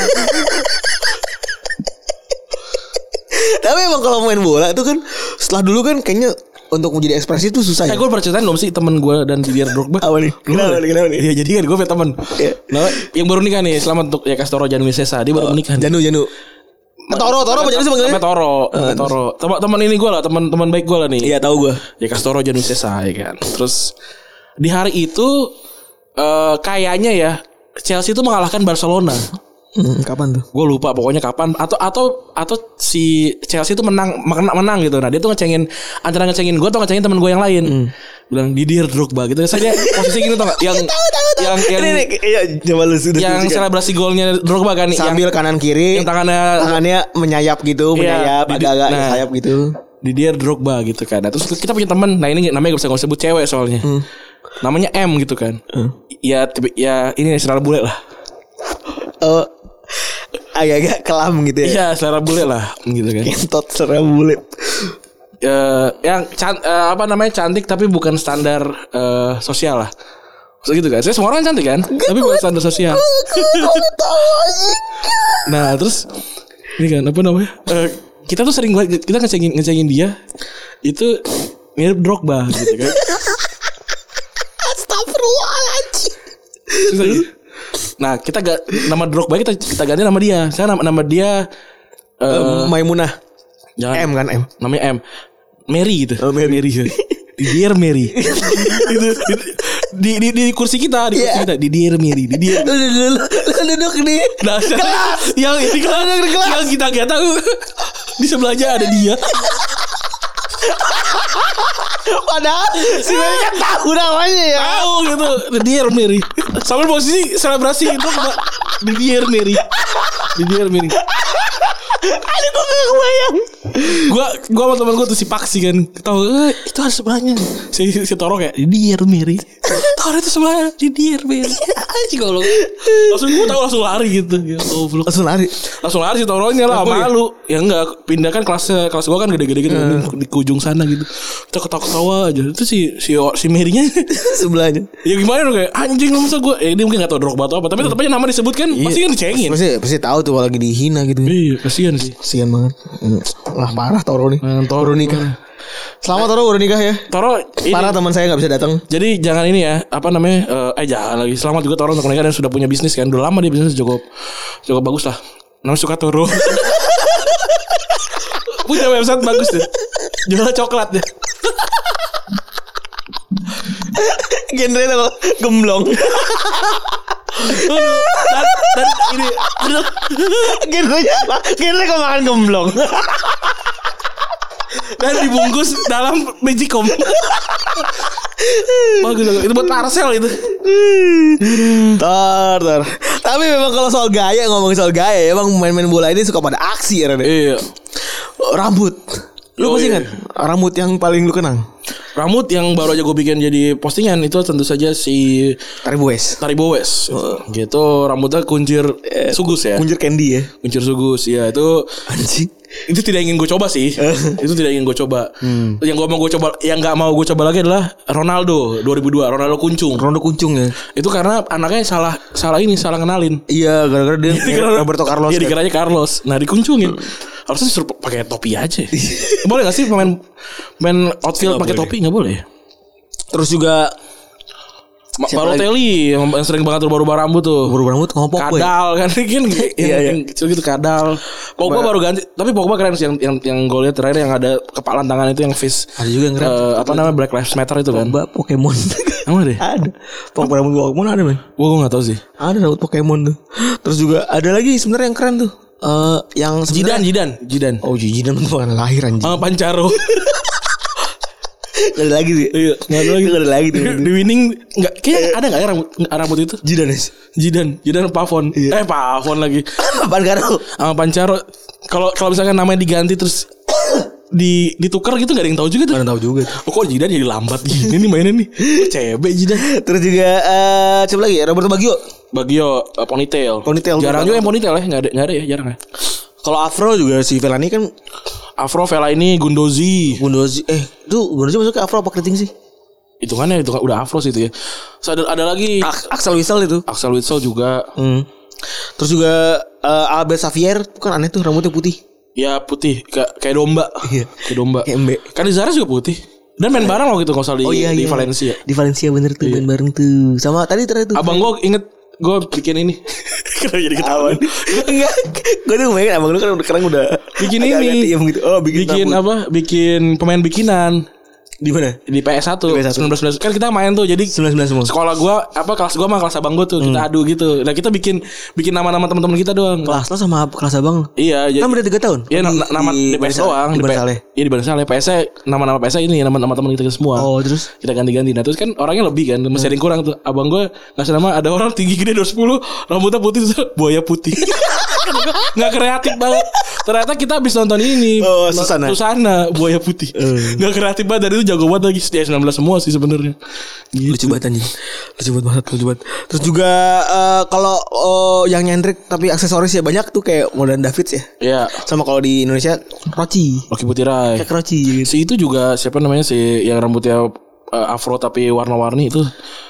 Tapi emang kalau main bola itu kan setelah dulu kan kayaknya untuk menjadi ekspresi itu susah
Eh
ya.
gue pernah ceritain belum sih temen gue dan Didier Drogba.
Apa nih? Kenapa nih? Kenapa nih?
Iya jadi kan gue punya temen.
Iya.
Nah, yang baru nikah nih selamat untuk ya Castoro Janwi Sesa. Dia baru menikah.
Janu Janu. Toro Toro apa Janu sih
Sampai
panggilnya?
Toro, sampai Toro. Teman teman ini gue lah, teman teman baik gue lah nih.
Iya tahu gua.
Ya Castoro Janwi Sesa ya kan. Terus di hari itu eh kayaknya ya Chelsea itu mengalahkan Barcelona.
Hmm, kapan tuh?
Gue lupa pokoknya kapan atau atau atau si Chelsea itu menang menang, menang gitu. Nah dia tuh ngecengin antara ngecengin gue atau ngecengin teman gue yang lain. Hmm. Bilang Didier Drogba gitu. Saya posisi gini tau gak? Yang tahu, tahu, tahu. yang yang ini,
iya, coba lu sudah
yang selebrasi golnya Drogba kan
sambil yang, kanan kiri
yang tangannya
tangannya menyayap gitu,
iya,
menyayap agak-agak
nah,
sayap gitu.
Didier Drogba gitu kan. Nah, terus kita punya teman, nah ini namanya gak bisa gue sebut cewek soalnya. Hmm. Namanya M gitu kan. Hmm. Ya ya ini selera bule lah.
Oh, agak-agak kelam gitu ya.
Iya, selera bule lah gitu kan.
Kentot selera bule.
Uh, yang can, uh, apa namanya cantik tapi bukan standar uh, sosial lah. Maksudnya gitu kan. Saya semua orang cantik kan, gak tapi bukan standar sosial. Nah, terus ini kan apa namanya? Uh, kita tuh sering kita ngecengin ngecengin dia itu mirip Drogba gitu kan.
Astagfirullahaladzim.
Nah, kita gak nama Drogba kita kita ganti nama dia. Saya nama, nama dia
uh, Maimunah. Jangan M kan M.
Namanya M. Mary gitu.
Oh, Mary.
Mary. Didier Mary. Itu di, di di kursi kita, di kursi yeah. kita Didier Mary, Didier.
Lu duduk nih.
Nah, kelas yang ini kelas yang kita enggak tahu. Di sebelahnya ada dia.
Padahal si Mary kan tahu namanya ya.
Tahu gitu. Didier Mary. Sambil posisi selebrasi itu Didier Mary. Didier Mary.
Aduh gue gak kebayang.
Gue Gue sama temen gue tuh si Paksi kan. Tahu eh, itu ada sebelahnya. Si, si Toro kayak Didier Mary. Toro itu sebelahnya Didier Mary. Anjing kalau langsung gue tahu langsung lari gitu. Ya, oh,
langsung lari.
Langsung lari si Toronya lah malu. Ya enggak pindah kan kelas kelas gue kan gede-gede gitu hmm. di ujung sana gitu. Kita ketawa-ketawa aja. Itu si si si Mary-nya
sebelahnya. Ya
gimana dong kayak anjing masa gue eh, dia mungkin enggak tahu Drogba atau apa tapi tetap aja nama disebut kan iya. Pasti kan dicengin.
Pasti pasti tahu tuh kalau lagi dihina gitu.
Iya, kasihan sih.
Kasihan banget. Lah parah Toro nih.
Hmm, Toro nikah.
Selamat Toro udah nikah ya.
Toro ini,
parah teman saya enggak bisa datang.
Jadi jangan ini ya, apa namanya? Uh, eh jangan lagi. Selamat juga Toro untuk nikah dan sudah punya bisnis kan. Udah lama dia bisnis cukup cukup bagus lah. Namanya Suka Toro. Punya website bagus deh. Jual coklat deh.
Genre itu gemblong.
dan, dan ini
genrenya apa? Genre kok makan gemblong.
Dan dibungkus dalam magicom. Bagus banget. Itu buat parcel itu.
Tar, tar. Tapi memang kalau soal gaya, ngomongin soal gaya, emang main-main bola ini suka pada aksi ya.
Iya.
Rambut. Lu
oh,
masih
iya.
ingat rambut yang paling lu kenang?
Rambut yang baru aja gue bikin jadi postingan itu tentu saja si
Taribo West.
Taribo West. Oh. Gitu rambutnya kuncir eh, sugus ya.
Kuncir candy ya.
Kuncir sugus ya itu.
Anjing.
Itu tidak ingin gue coba sih. Itu tidak ingin gue coba. Hmm. Yang gue mau gue coba, yang nggak mau gue coba lagi adalah Ronaldo dua ribu dua. Ronaldo kuncung.
Ronaldo kuncung ya.
Itu karena anaknya salah salah ini salah kenalin.
Iya gara-gara dia Roberto Carlos.
Iya dikiranya Carlos. Nah dikuncungin. Harusnya disuruh pakai topi aja. Boleh gak sih pemain main outfield pakai topi nggak boleh?
Terus juga
Balotelli yang sering banget rubah-rubah rambut tuh.
Rubah rambut ngomong Pogba.
Kadal kan kan
iya,
yang kecil gitu kadal. Pogba baru ganti, tapi Pogba keren sih yang yang yang gue lihat terakhir yang ada kepalan tangan itu yang face.
Ada juga yang keren.
Uh, apa namanya Black Lives Matter itu kan.
Pogba Pokemon.
Emang deh?
Ada. Pogba rambut Pokemon ada men.
Gue gue nggak tahu sih.
Ada rambut Pokemon tuh. Terus juga ada lagi sebenarnya yang keren tuh. Uh, yang
Jidan Jidan Jidan.
Oh Jidan itu bukan lahir anjing.
Oh Pancaro.
Gak ada lagi sih.
Iya, gak ada lagi.
Gak ada lagi tuh.
Di winning enggak kayaknya ada enggak ya rambut rambut itu?
Jidan.
Jidan, Jidan Pavon. Iya. Eh Pavon lagi.
Pancaro.
Sama Pancaro. Kalau kalau misalkan namanya diganti terus di ditukar gitu enggak ada yang tahu juga tuh.
Enggak ada yang tahu juga.
Oh, kok Jidan jadi lambat gini nih mainnya nih. Cebe Jidan.
Terus juga uh, coba lagi Roberto Baggio.
Baggio uh, ponytail.
Ponytail.
Jarang juga yang ponytail ya, enggak ada enggak ada ya, jarang ya.
Kalau afro juga si Fellaini kan
Afro Fellaini Gundozi.
Gundozi eh itu Gundozi masuk ke afro apa keriting sih?
Hitungannya itu kan udah afro sih itu ya. So, ada, ada lagi
Axel Witsel itu.
Axel Witsel juga.
Hmm. Terus juga uh, Albert Xavier kan aneh tuh rambutnya putih.
Ya putih kayak kayak domba.
Iya.
Kayak domba.
Kayak embe.
Kan di Zara juga putih. Dan main bareng loh gitu kalau salah di,
oh, iya,
di
iya.
Valencia.
Di Valencia bener tuh iya. Main bareng tuh. Sama tadi terakhir tuh.
Abang gue inget gue bikin ini. Kenapa jadi ketahuan?
Enggak. Gue tuh bayangin abang lu kan udah sekarang udah
bikin ini.
Gitu. Oh, bikin,
bikin apa? Bikin pemain bikinan.
Di mana?
Di P S satu.
Di P S satu.
sembilan belas sembilan belas kan kita main tuh. Jadi
sembilan belas semua.
Sekolah gua apa kelas gua sama kelas abang gua tuh hmm. kita adu gitu. Nah, kita bikin bikin nama-nama teman-teman kita doang.
Kelas lo sama kelas abang.
Iya,
jadi kan beda tiga tahun.
Iya, na- nama di, di P S doang,
di P S.
Iya, di P S P S nama-nama P S ini nama-nama teman kita semua.
Oh, terus
kita ganti-ganti. Nah, terus kan orangnya lebih kan, masih ada yang kurang tuh. Abang gua ngasih nama ada orang tinggi gede dua sepuluh, rambutnya putih buaya putih. Nggak kreatif banget. Ternyata kita habis nonton ini.
Oh, Susana.
Susana buaya putih. Uh. Nggak kreatif banget. Dari itu jago banget lagi. Dia sembilan belas semua sih sebenarnya.
Gitu. Lucu banget anjing. Lucu banget, lucu banget. Terus juga uh, kalau uh, yang nyentrik tapi aksesoris ya banyak tuh kayak Modern Davids ya.
Iya.
Sama kalau di Indonesia Roci.
Rocky Putirai.
Kayak Roci gitu.
Si itu juga siapa namanya si yang rambutnya uh, afro tapi warna-warni itu.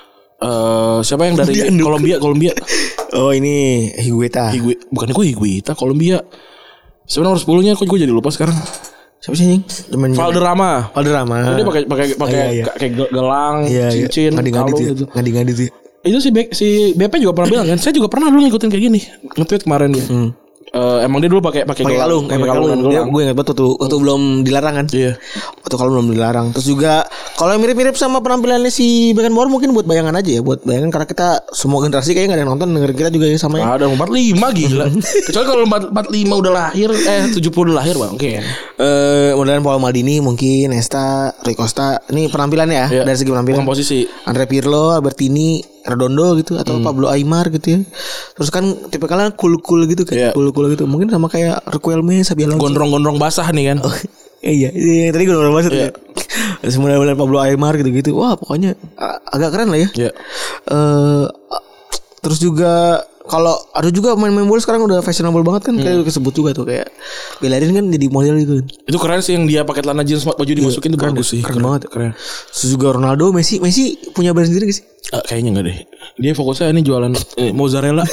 Uh, siapa yang dari Kolombia Kolombia
oh ini Higuita
Higu, bukan gue Higuita Kolombia sebenarnya nomor sepuluh nya kok gue jadi lupa sekarang
siapa sih nih
Valderrama
Valderrama
dia pakai pakai pakai iya, iya. kayak gelang
iya,
cincin
ngadi ngadi
gitu
ngadi ngadi tuh
itu si B, si B P juga pernah bilang kan saya juga pernah dulu ngikutin kayak gini nge-tweet kemarin dia hmm. Uh, emang dia dulu pakai pakai
kalung, pakai kalung. Dia, gue ingat betul tuh waktu belum dilarang kan.
Iya.
Waktu kalau belum dilarang. Terus juga kalau mirip-mirip sama penampilannya si Beckenbauer mungkin buat bayangan aja ya, buat bayangan karena kita semua generasi kayaknya enggak ada yang nonton, dengerin kita juga ya sama ya.
Ada empat puluh lima gila. Kecuali kalau empat puluh lima udah lahir eh tujuh puluh udah lahir Bang. Oke. Okay.
Eh modern Paul Maldini mungkin, Nesta, Rui Costa. Ini penampilannya ya, yeah. Dari segi penampilan.
Komposisi.
Andre Pirlo, Albertini, Redondo gitu atau hmm. Pablo Aimar gitu ya. Terus kan tipe kalian cool-cool gitu kan. Yeah. Cool-cool gitu. Mungkin sama kayak Requelme, Xabi Alonso.
Gondrong-gondrong basah nih kan.
Oh, iya, iya, tadi gondrong basah yeah. Ya. Semuanya Pablo Aimar gitu-gitu. Wah, pokoknya agak keren lah ya.
Iya. Yeah.
Uh, terus juga kalau ada juga main-main bola sekarang udah fashionable banget kan, hmm. kayak kesebut juga tuh kayak Bellerin kan jadi model gitu.
Itu keren sih yang dia pakai celana jeans baju dimasukin itu bagus sih.
Keren, keren banget, keren. Terus juga Ronaldo, Messi, Messi punya brand sendiri gak sih?
Uh, kayaknya enggak deh. Dia fokusnya ini jualan eh, mozzarella.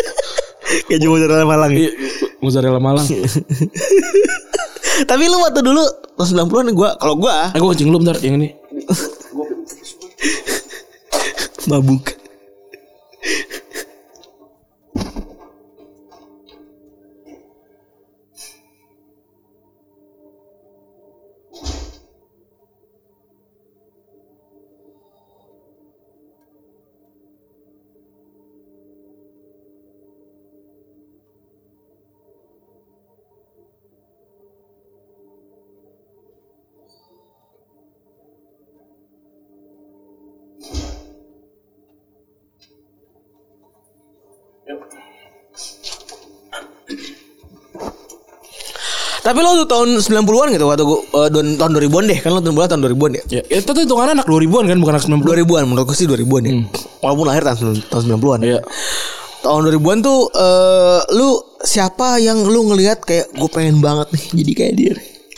Kayak jual mozzarella Malang.
Iya, mozzarella Malang.
Tapi lu waktu dulu tahun sembilan puluhan gua kalau gua,
aku kencing lu bentar yang ini.
Mabuk. Tapi lo tuh tahun sembilan puluhan gitu waktu gua, uh, tahun dua ribuan deh kan lo tahun bola tahun dua ribuan ya.
Ya, itu tuh hitungannya anak dua ribuan kan bukan anak sembilan puluhan.
dua ribuan menurut gue sih dua ribuan ya. Hmm. Walaupun lahir tahun tahun sembilan puluhan.
Iya.
Tahun dua ribuan tuh uh, lu siapa yang lu ngelihat kayak gue pengen banget nih jadi kayak dia.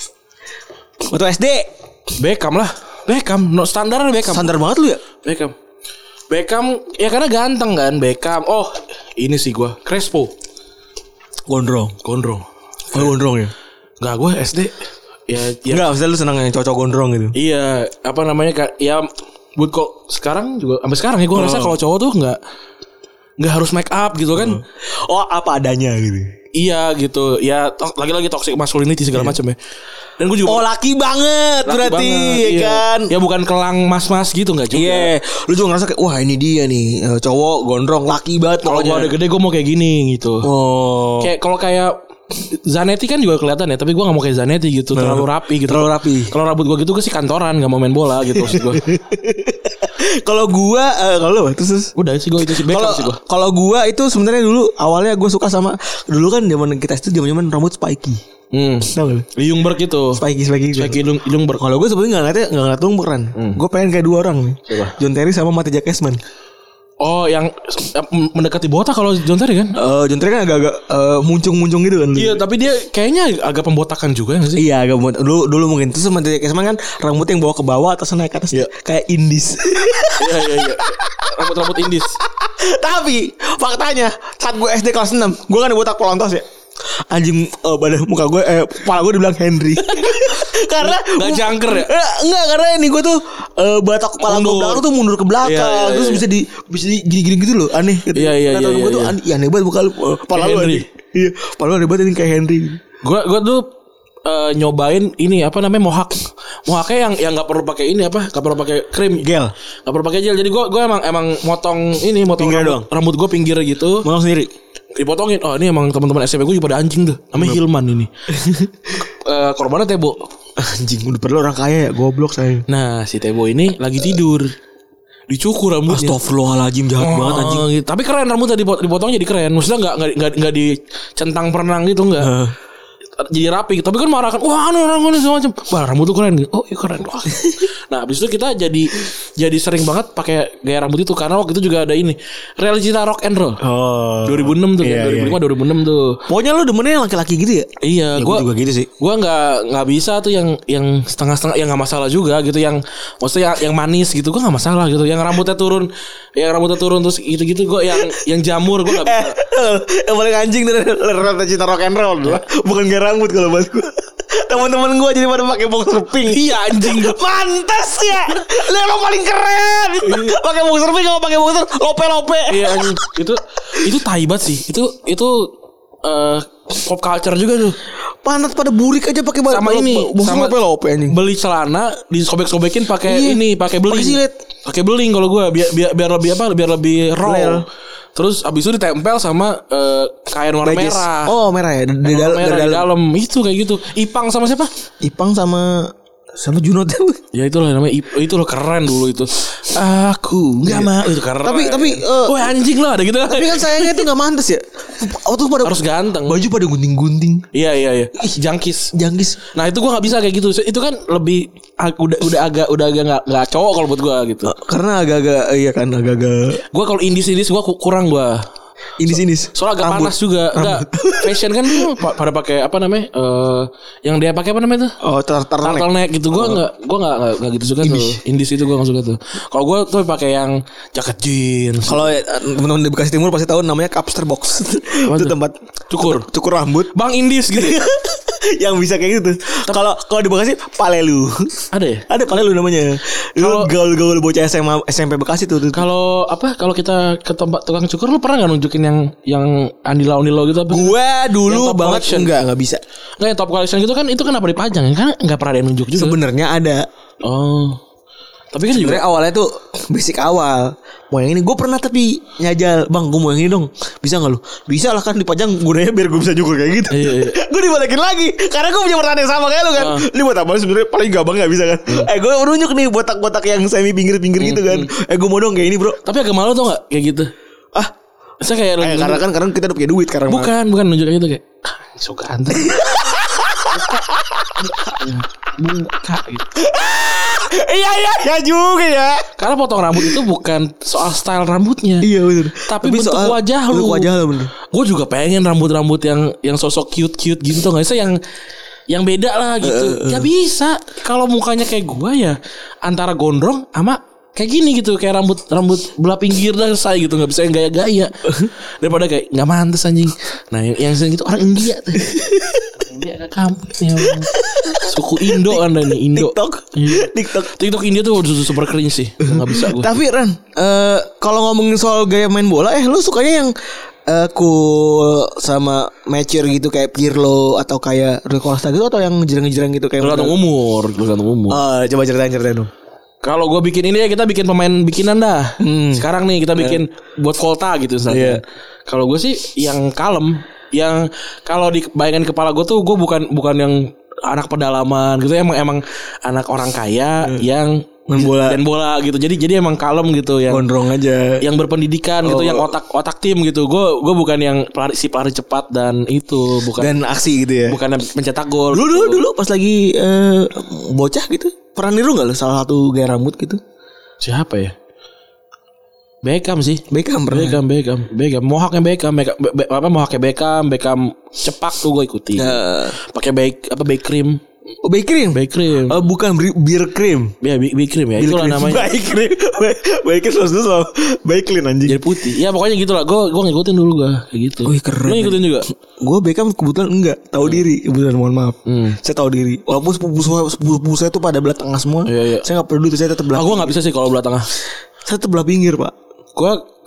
Waktu S D
Beckham lah. Beckham, no standar Beckham.
Standar banget lu ya?
Beckham. Beckham ya karena ganteng kan Beckham. Oh, ini sih gua Crespo.
Gondrong,
gondrong.
Oh, gondrong ya.
Enggak, gue S D ya, ya.
Enggak, maksudnya lu senang yang cowok gondrong gitu.
Iya, apa namanya kak? Ya, buat kok sekarang juga sampai sekarang ya gue oh. ngerasa kalau cowok tuh nggak nggak harus make up gitu kan?
Oh, apa adanya gitu.
Iya gitu. Ya to- lagi-lagi toxic masculinity segala yeah. macam ya. Dan gue juga
oh laki banget laki berarti banget, iya. kan?
Ya bukan kelang mas-mas gitu nggak juga.
Iya. Yeah. Lu juga ngerasa kayak wah ini dia nih cowok gondrong laki banget.
Kalau gue ada gede gue mau kayak gini gitu.
Oh.
Kayak kalau kayak Zanetti kan juga kelihatan ya, tapi gue gak mau kayak Zanetti gitu, nah, terlalu rapi gitu.
Terlalu rapi.
Kalau rambut gue gitu gue sih kantoran, gak mau main bola gitu maksud gue.
Kalau gue, uh, kalau terus
udah sih gue itu sih Beckham sih gue.
Kalau gue itu sebenarnya dulu awalnya gue suka sama dulu kan zaman kita itu zaman-zaman rambut spiky.
Hmm. Tahu gak? Ljungberg itu.
Spiky spiky.
Spiky Ljungberg.
Kalau gue sebenarnya nggak ngeliatnya nggak ngeliat Ljungberg kan. Hmm. Gue pengen kayak dua orang nih. Coba. John Terry sama Matija Kesman.
Oh, yang mendekati botak kalau John Terry kan?
Uh, John Terry kan agak-agak uh, muncung-muncung gitu kan.
Iya, tapi dia kayaknya agak pembotakan juga gak sih?
Iya, agak pembotakan. Dulu, dulu mungkin. Terus sama Matija Kesman kan rambutnya yang bawa ke bawah atau naik ke atas. Iya. Kayak Indis.
Iya, iya, iya. Rambut-rambut Indis.
Tapi faktanya saat gue S D kelas enam, gue kan botak pelontos ya. Anjing uh, badan muka gue eh kepala gue dibilang Henry. Karena
nggak jangker ya?
Eh, enggak, karena ini gue tuh uh, batak kepala gue belakang tuh mundur ke belakang. Iya, iya, terus iya. bisa di bisa di gini-gini gitu loh, aneh gitu.
Iya iya iya.
Gue
iya,
tuh
iya.
aneh, aneh banget muka lu uh, kepala lu. Iya, kepala lu hebat ini kayak Henry.
Gue gue tuh uh, nyobain ini apa namanya mohak. Mohaknya yang yang nggak perlu pakai ini apa? Nggak perlu pakai krim,
gel.
Nggak perlu pakai gel. Jadi gue gue emang emang motong ini motong
Pinggir
rambut,
doang.
rambut gue pinggir gitu.
Mau sendiri.
Dipotongin. Oh ini emang teman-teman S M P gue juga pada anjing tuh. Namanya Hilman ini. uh, korbannya Tebo.
Anjing udah perlu orang kaya ya, goblok saya.
Nah si Tebo ini lagi tidur, dicukur rambutnya.
Astagfirullahaladzim, jahat
Oh,
banget anjing.
gitu. Tapi keren rambutnya dipot- dipotong jadi keren. Maksudnya nggak nggak nggak nggak dicentang perenang gitu nggak.
Uh.
Jadi rapi. Tapi kan marah kan. Wah anu orang ini semacam. Wah rambut tuh keren gitu. Oh iya keren. Wah. Nah abis itu kita jadi jadi sering banget pakai gaya rambut itu karena waktu itu juga ada ini realita rock and roll.
Oh.
dua ribu enam tuh.
Iya,
dua ribu lima
iya.
dua ribu enam tuh.
Pokoknya lu demennya yang laki-laki gitu ya?
Iya,
Ya,
gua
gua juga gitu sih.
Gua nggak nggak bisa tuh yang yang setengah-setengah, yang nggak masalah juga gitu, yang maksudnya yang, yang manis gitu, gua nggak masalah gitu. Yang rambutnya turun, yang rambutnya turun terus gitu-gitu, gua yang yang jamur gua nggak bisa.
Yang paling anjing dari rata cinta rock and roll adalah bukan gaya rambut kalau bahas gue. Teman-teman gue jadi pada pakai boxer pink.
Iya anjing.
Mantas ya. Lu lo paling keren. Pakai boxer pink sama pakai boxer lope-lope.
Iya anjing. Itu itu tai banget sih. Itu itu eh, pop culture juga tuh.
Pantat pada burik aja pakai
Sama ini, sama
lope-lope anjing.
Beli celana disobek-sobekin pakai
Iya.
ini, pakai beling.
Pakai silet.
Pakai beling kalau gua biar biar biar lebih apa? Biar lebih roll.
Real.
Terus abis itu ditempel sama eh, kain warna
Badges.
merah.
Oh merah ya. Di,
Warna
dal-
merah
dari
di
dalam.
dalam. Itu kayak gitu. Ipang sama siapa?
Ipang sama sama Junot.
Ya itulah namanya Ip- itu loh keren dulu itu. Aku nggak mau itu keren.
Tapi tapi eh,
Wah anjing lah ada gitu kan.
tapi kan sayangnya itu nggak mantas ya. Waktu pada
Harus ganteng.
baju pada gunting-gunting.
Iya iya iya. Ih jangkis.
Jangkis.
Nah itu gue nggak bisa kayak gitu. Itu kan lebih ag- udah udah agak udah agak nggak nggak cowok kalau buat gue gitu.
Karena agak-agak iya kan agak-agak
Gue kalau indis indis gue kurang gue.
indis-indis.
Soalnya agak
Rambut.
panas juga. Enggak. Fashion kan tuh pa- pada pakai apa namanya? Eh yang dia pakai apa namanya tuh?
Oh, turtleneck.
Turtleneck gitu. Gue nggak gue nggak nggak nggak gitu suka tuh. Indis itu gue nggak suka tuh. Kalau gue tuh pakai yang jaket jeans.
Kalau eh, teman-teman di Bekasi Timur pasti tahu namanya Capster Box. Itu tempat
Cukur.
cukur rambut
Bang Indis gitu.
yang bisa kayak gitu. Kalau kalau di Bekasi Palelu.
Ada ya?
Ada Palelu namanya.
Kalau-
Kalau gaul-gaul bocah S M A S M P Bekasi tuh. tuh.
Kalau apa? Kalau kita ke tempat tukang cukur, lu pernah nggak nunjukin yang yang Andila Andilo gitu apa?
Gua dulu
Yang top
banget
collection.
enggak enggak bisa.
Nggak yang top collection gitu kan itu kan apa dipajang kan nggak pernah ada yang nunjuk juga.
Sebenarnya ada.
Oh. Tapi kan juga
Sebenarnya awalnya tuh basic awal. Mau yang ini gue pernah tapi nyajal. Bang gue mau yang ini dong. Bisa gak lu? Bisa lah kan dipajang gunanya biar gue bisa cukur kayak gitu.
Iya, iya.
Gue dibalikin lagi. Karena gue punya pertanyaan yang sama kayak lu kan.
Ah.
Ini buat apa sebenarnya paling gampang gak bisa kan. Eh gue menunjuk nih botak-botak yang semi pinggir-pinggir gitu kan. Eh gue mau dong kayak ini bro.
tapi agak malu tuh nggak kayak gitu.
Ah
Saya kayak
eh, karena kan karena kita udah punya duit sekarang.
bukan bukan nunjuk kayak gitu kayak ah, suka antar. Buka gitu.
Iya iya ya juga ya.
Karena potong rambut itu bukan soal style rambutnya.
Iya bener.
Tapi, bentuk wajah lu.
Bentuk wajah lu bener.
Gue juga pengen rambut-rambut yang yang sosok cute-cute gitu tuh nggak bisa yang yang beda lah gitu. Gak bisa. Kalau mukanya kayak gue ya antara gondrong sama kayak gini gitu, kayak rambut rambut belah pinggir dah selesai gitu, nggak bisa yang gaya-gaya. Daripada kayak nggak mantes anjing. Nah yang yang sering gitu orang India tuh. Orang India ada kampusnya. Suku Indo kan ini Indo.
TikTok.
Iya.
TikTok.
TikTok India tuh udah super cringe sih. Nggak bisa gue.
Tapi Ran, eh, kalau ngomongin soal gaya main bola, eh lu sukanya yang eh, cool sama mature gitu kayak Pirlo atau kayak Rui Costa gitu atau yang jereng-jereng gitu kayak
Tergantung umur, tergantung umur.
Oh, coba ceritain ceritain dong.
Kalau gue bikin ini ya kita bikin pemain bikinan dah.
Hmm.
Sekarang nih kita bikin buat Volta gitu misalnya.
Iya.
Kalau gue sih yang kalem, yang kalau di bayangan kepala gue tuh gue bukan bukan yang anak pedalaman gitu, emang emang anak orang kaya yang
Main bola.
dan bola gitu. Jadi jadi emang kalem gitu yang
Gondrong aja.
yang berpendidikan gitu,
Oh.
yang otak otak tim gitu. Gue gue bukan yang pelari, si pelari cepat dan itu bukan
Dan aksi gitu ya.
bukan yang mencetak gol.
Dulu dulu dulu pas lagi eh, bocah gitu. Pernah niru gak lu salah satu gaya rambut gitu?
Siapa ya? Beckham sih.
Beckham pernah.
Beckham, Beckham, Beckham. Mohawknya Beckham, Beckham be, be, apa Mohawknya Beckham, Beckham cepak tuh gue ikuti.
Ya.
Pakai baik apa baik cream,
Oh, Bay Cream.
baik cream.
Oh, bukan bir- beer cream.
Ya baik baik cream ya,
Beer
itulah
cream.
namanya.
Bay Cream. Bay Cream terus sama Bay Clean anjing.
Jadi putih. Ya pokoknya gitulah. Gue gue ngikutin dulu gue kayak gitu.
Wih, keren.
Lu ngikutin juga.
Gue Beckham kebetulan enggak tahu diri, kebetulan mohon maaf.
Hmm.
Saya tahu diri. Walaupun sepupu sepupu saya tuh pada belah tengah semua.
Iya, iya.
Saya enggak peduli, saya tetap belah.
Ah gue nggak bisa sih kalau belah tengah.
Saya tetap belah pinggir, Pak.
Gue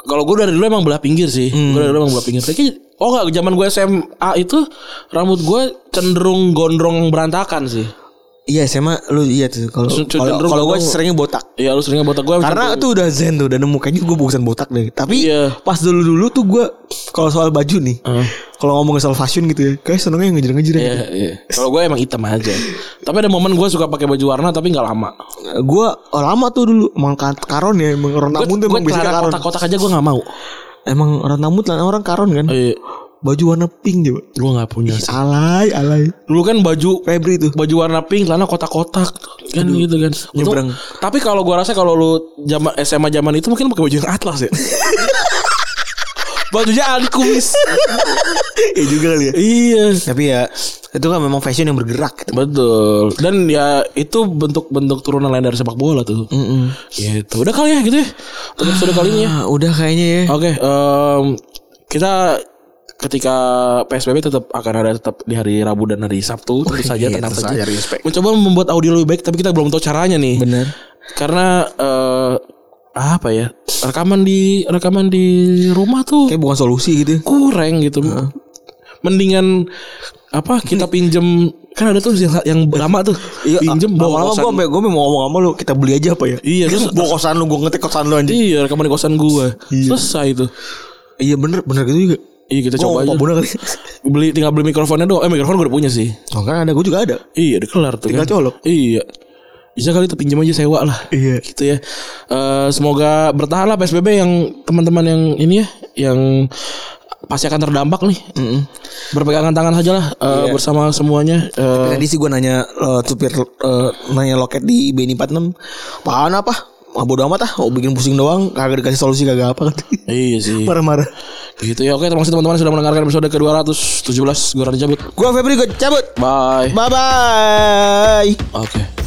Kalau gue dari dulu emang belah pinggir sih. Hmm. Gue dari dulu emang belah pinggir. Tapi oh enggak, zaman gue S M A itu rambut gue cenderung gondrong berantakan sih.
Iya, sama lu iya tuh. Kalau kalau gue seringnya botak.
Iya, lu seringnya botak. Gue
karena itu udah zen tuh, udah nemu kayaknya gue bosan botak deh. Tapi
iya.
Pas dulu-dulu tuh gue kalau soal baju nih, uh. kalau ngomongin soal fashion gitu ya, kayak senengnya ngejer-ngejer.
Iya, iya. Kalau gue emang hitam aja. Tapi ada momen gue suka pakai baju warna tapi nggak lama.
Gue oh, lama tuh dulu, emang karon ya, emang orang Namun tuh emang biasa karon.
Kotak-kotak aja gue nggak mau.
Emang orang Namun lah orang karon kan.
Iya.
Baju warna pink coba.
Gue gak punya sih.
Alay alay.
Dulu kan baju
Febri tuh,
baju warna pink, celana kotak-kotak kan. Aduh, gitu kan. Nyebrang. Tapi kalau gue rasa kalau lu zaman S M A zaman itu mungkin pakai baju yang atlas ya. Bajunya alih kumis.
Iya juga kali ya.
Iya.
Tapi ya itu kan memang fashion yang bergerak gitu.
Betul. Dan ya itu bentuk-bentuk turunan lain dari sepak bola tuh.
Mm-mm.
Gitu. Udah kali ya gitu ya. Udah sudah kalinya ya.
Udah kayaknya ya.
Oke, okay, um, kita ketika P S B B tetap akan ada tetap di hari Rabu dan hari Sabtu, tentu saja
iya,
tenang
saja.
Mencoba membuat audio lebih baik, tapi kita belum tahu caranya nih.
Benar.
Karena uh, apa ya, rekaman di rekaman di rumah tuh
kayak bukan solusi gitu.
Kurang gitu. Uh. Mendingan apa kita pinjem, kan ada tuh yang, yang lama tuh.
Iya,
pinjem
bawa kosan. Gue gue mau ngomong sama lu, kita beli aja apa ya?
Iya, terus
bawa kosan lu, gue ngetek kosan lu aja.
Iya, rekaman di kosan gue.
Iya.
Selesai tuh.
Iya bener bener gitu juga.
Iya kita
gua
coba aja.
Kali.
Beli tinggal beli mikrofonnya doang. Eh mikrofon gue udah punya sih.
Oh kan ada, gue juga ada.
Iya, udah kelar tuh.
Tinggal
kan.
colok.
Iya. Bisa kali tuh pinjam aja sewa lah.
Iya.
Gitu ya. Uh, semoga bertahan lah P S B B yang teman-teman yang ini ya, yang pasti akan terdampak nih. Mm-hmm. Berpegangan tangan saja lah uh, iya. bersama semuanya. Uh,
Tadi sih gue nanya uh, supir uh, nanya loket di B N I empat puluh enam. Apaan apa? Ah bodo amat ah, mau bikin pusing doang, kagak dikasih solusi kagak apa kan.
Iya sih.
Marah-marah.
Gitu ya. Oke, terima kasih teman-teman sudah mendengarkan episode ke dua ratus tujuh belas. Gue Randy cabut.
Gue Febri, gue cabut.
Bye.
Bye bye.
Oke.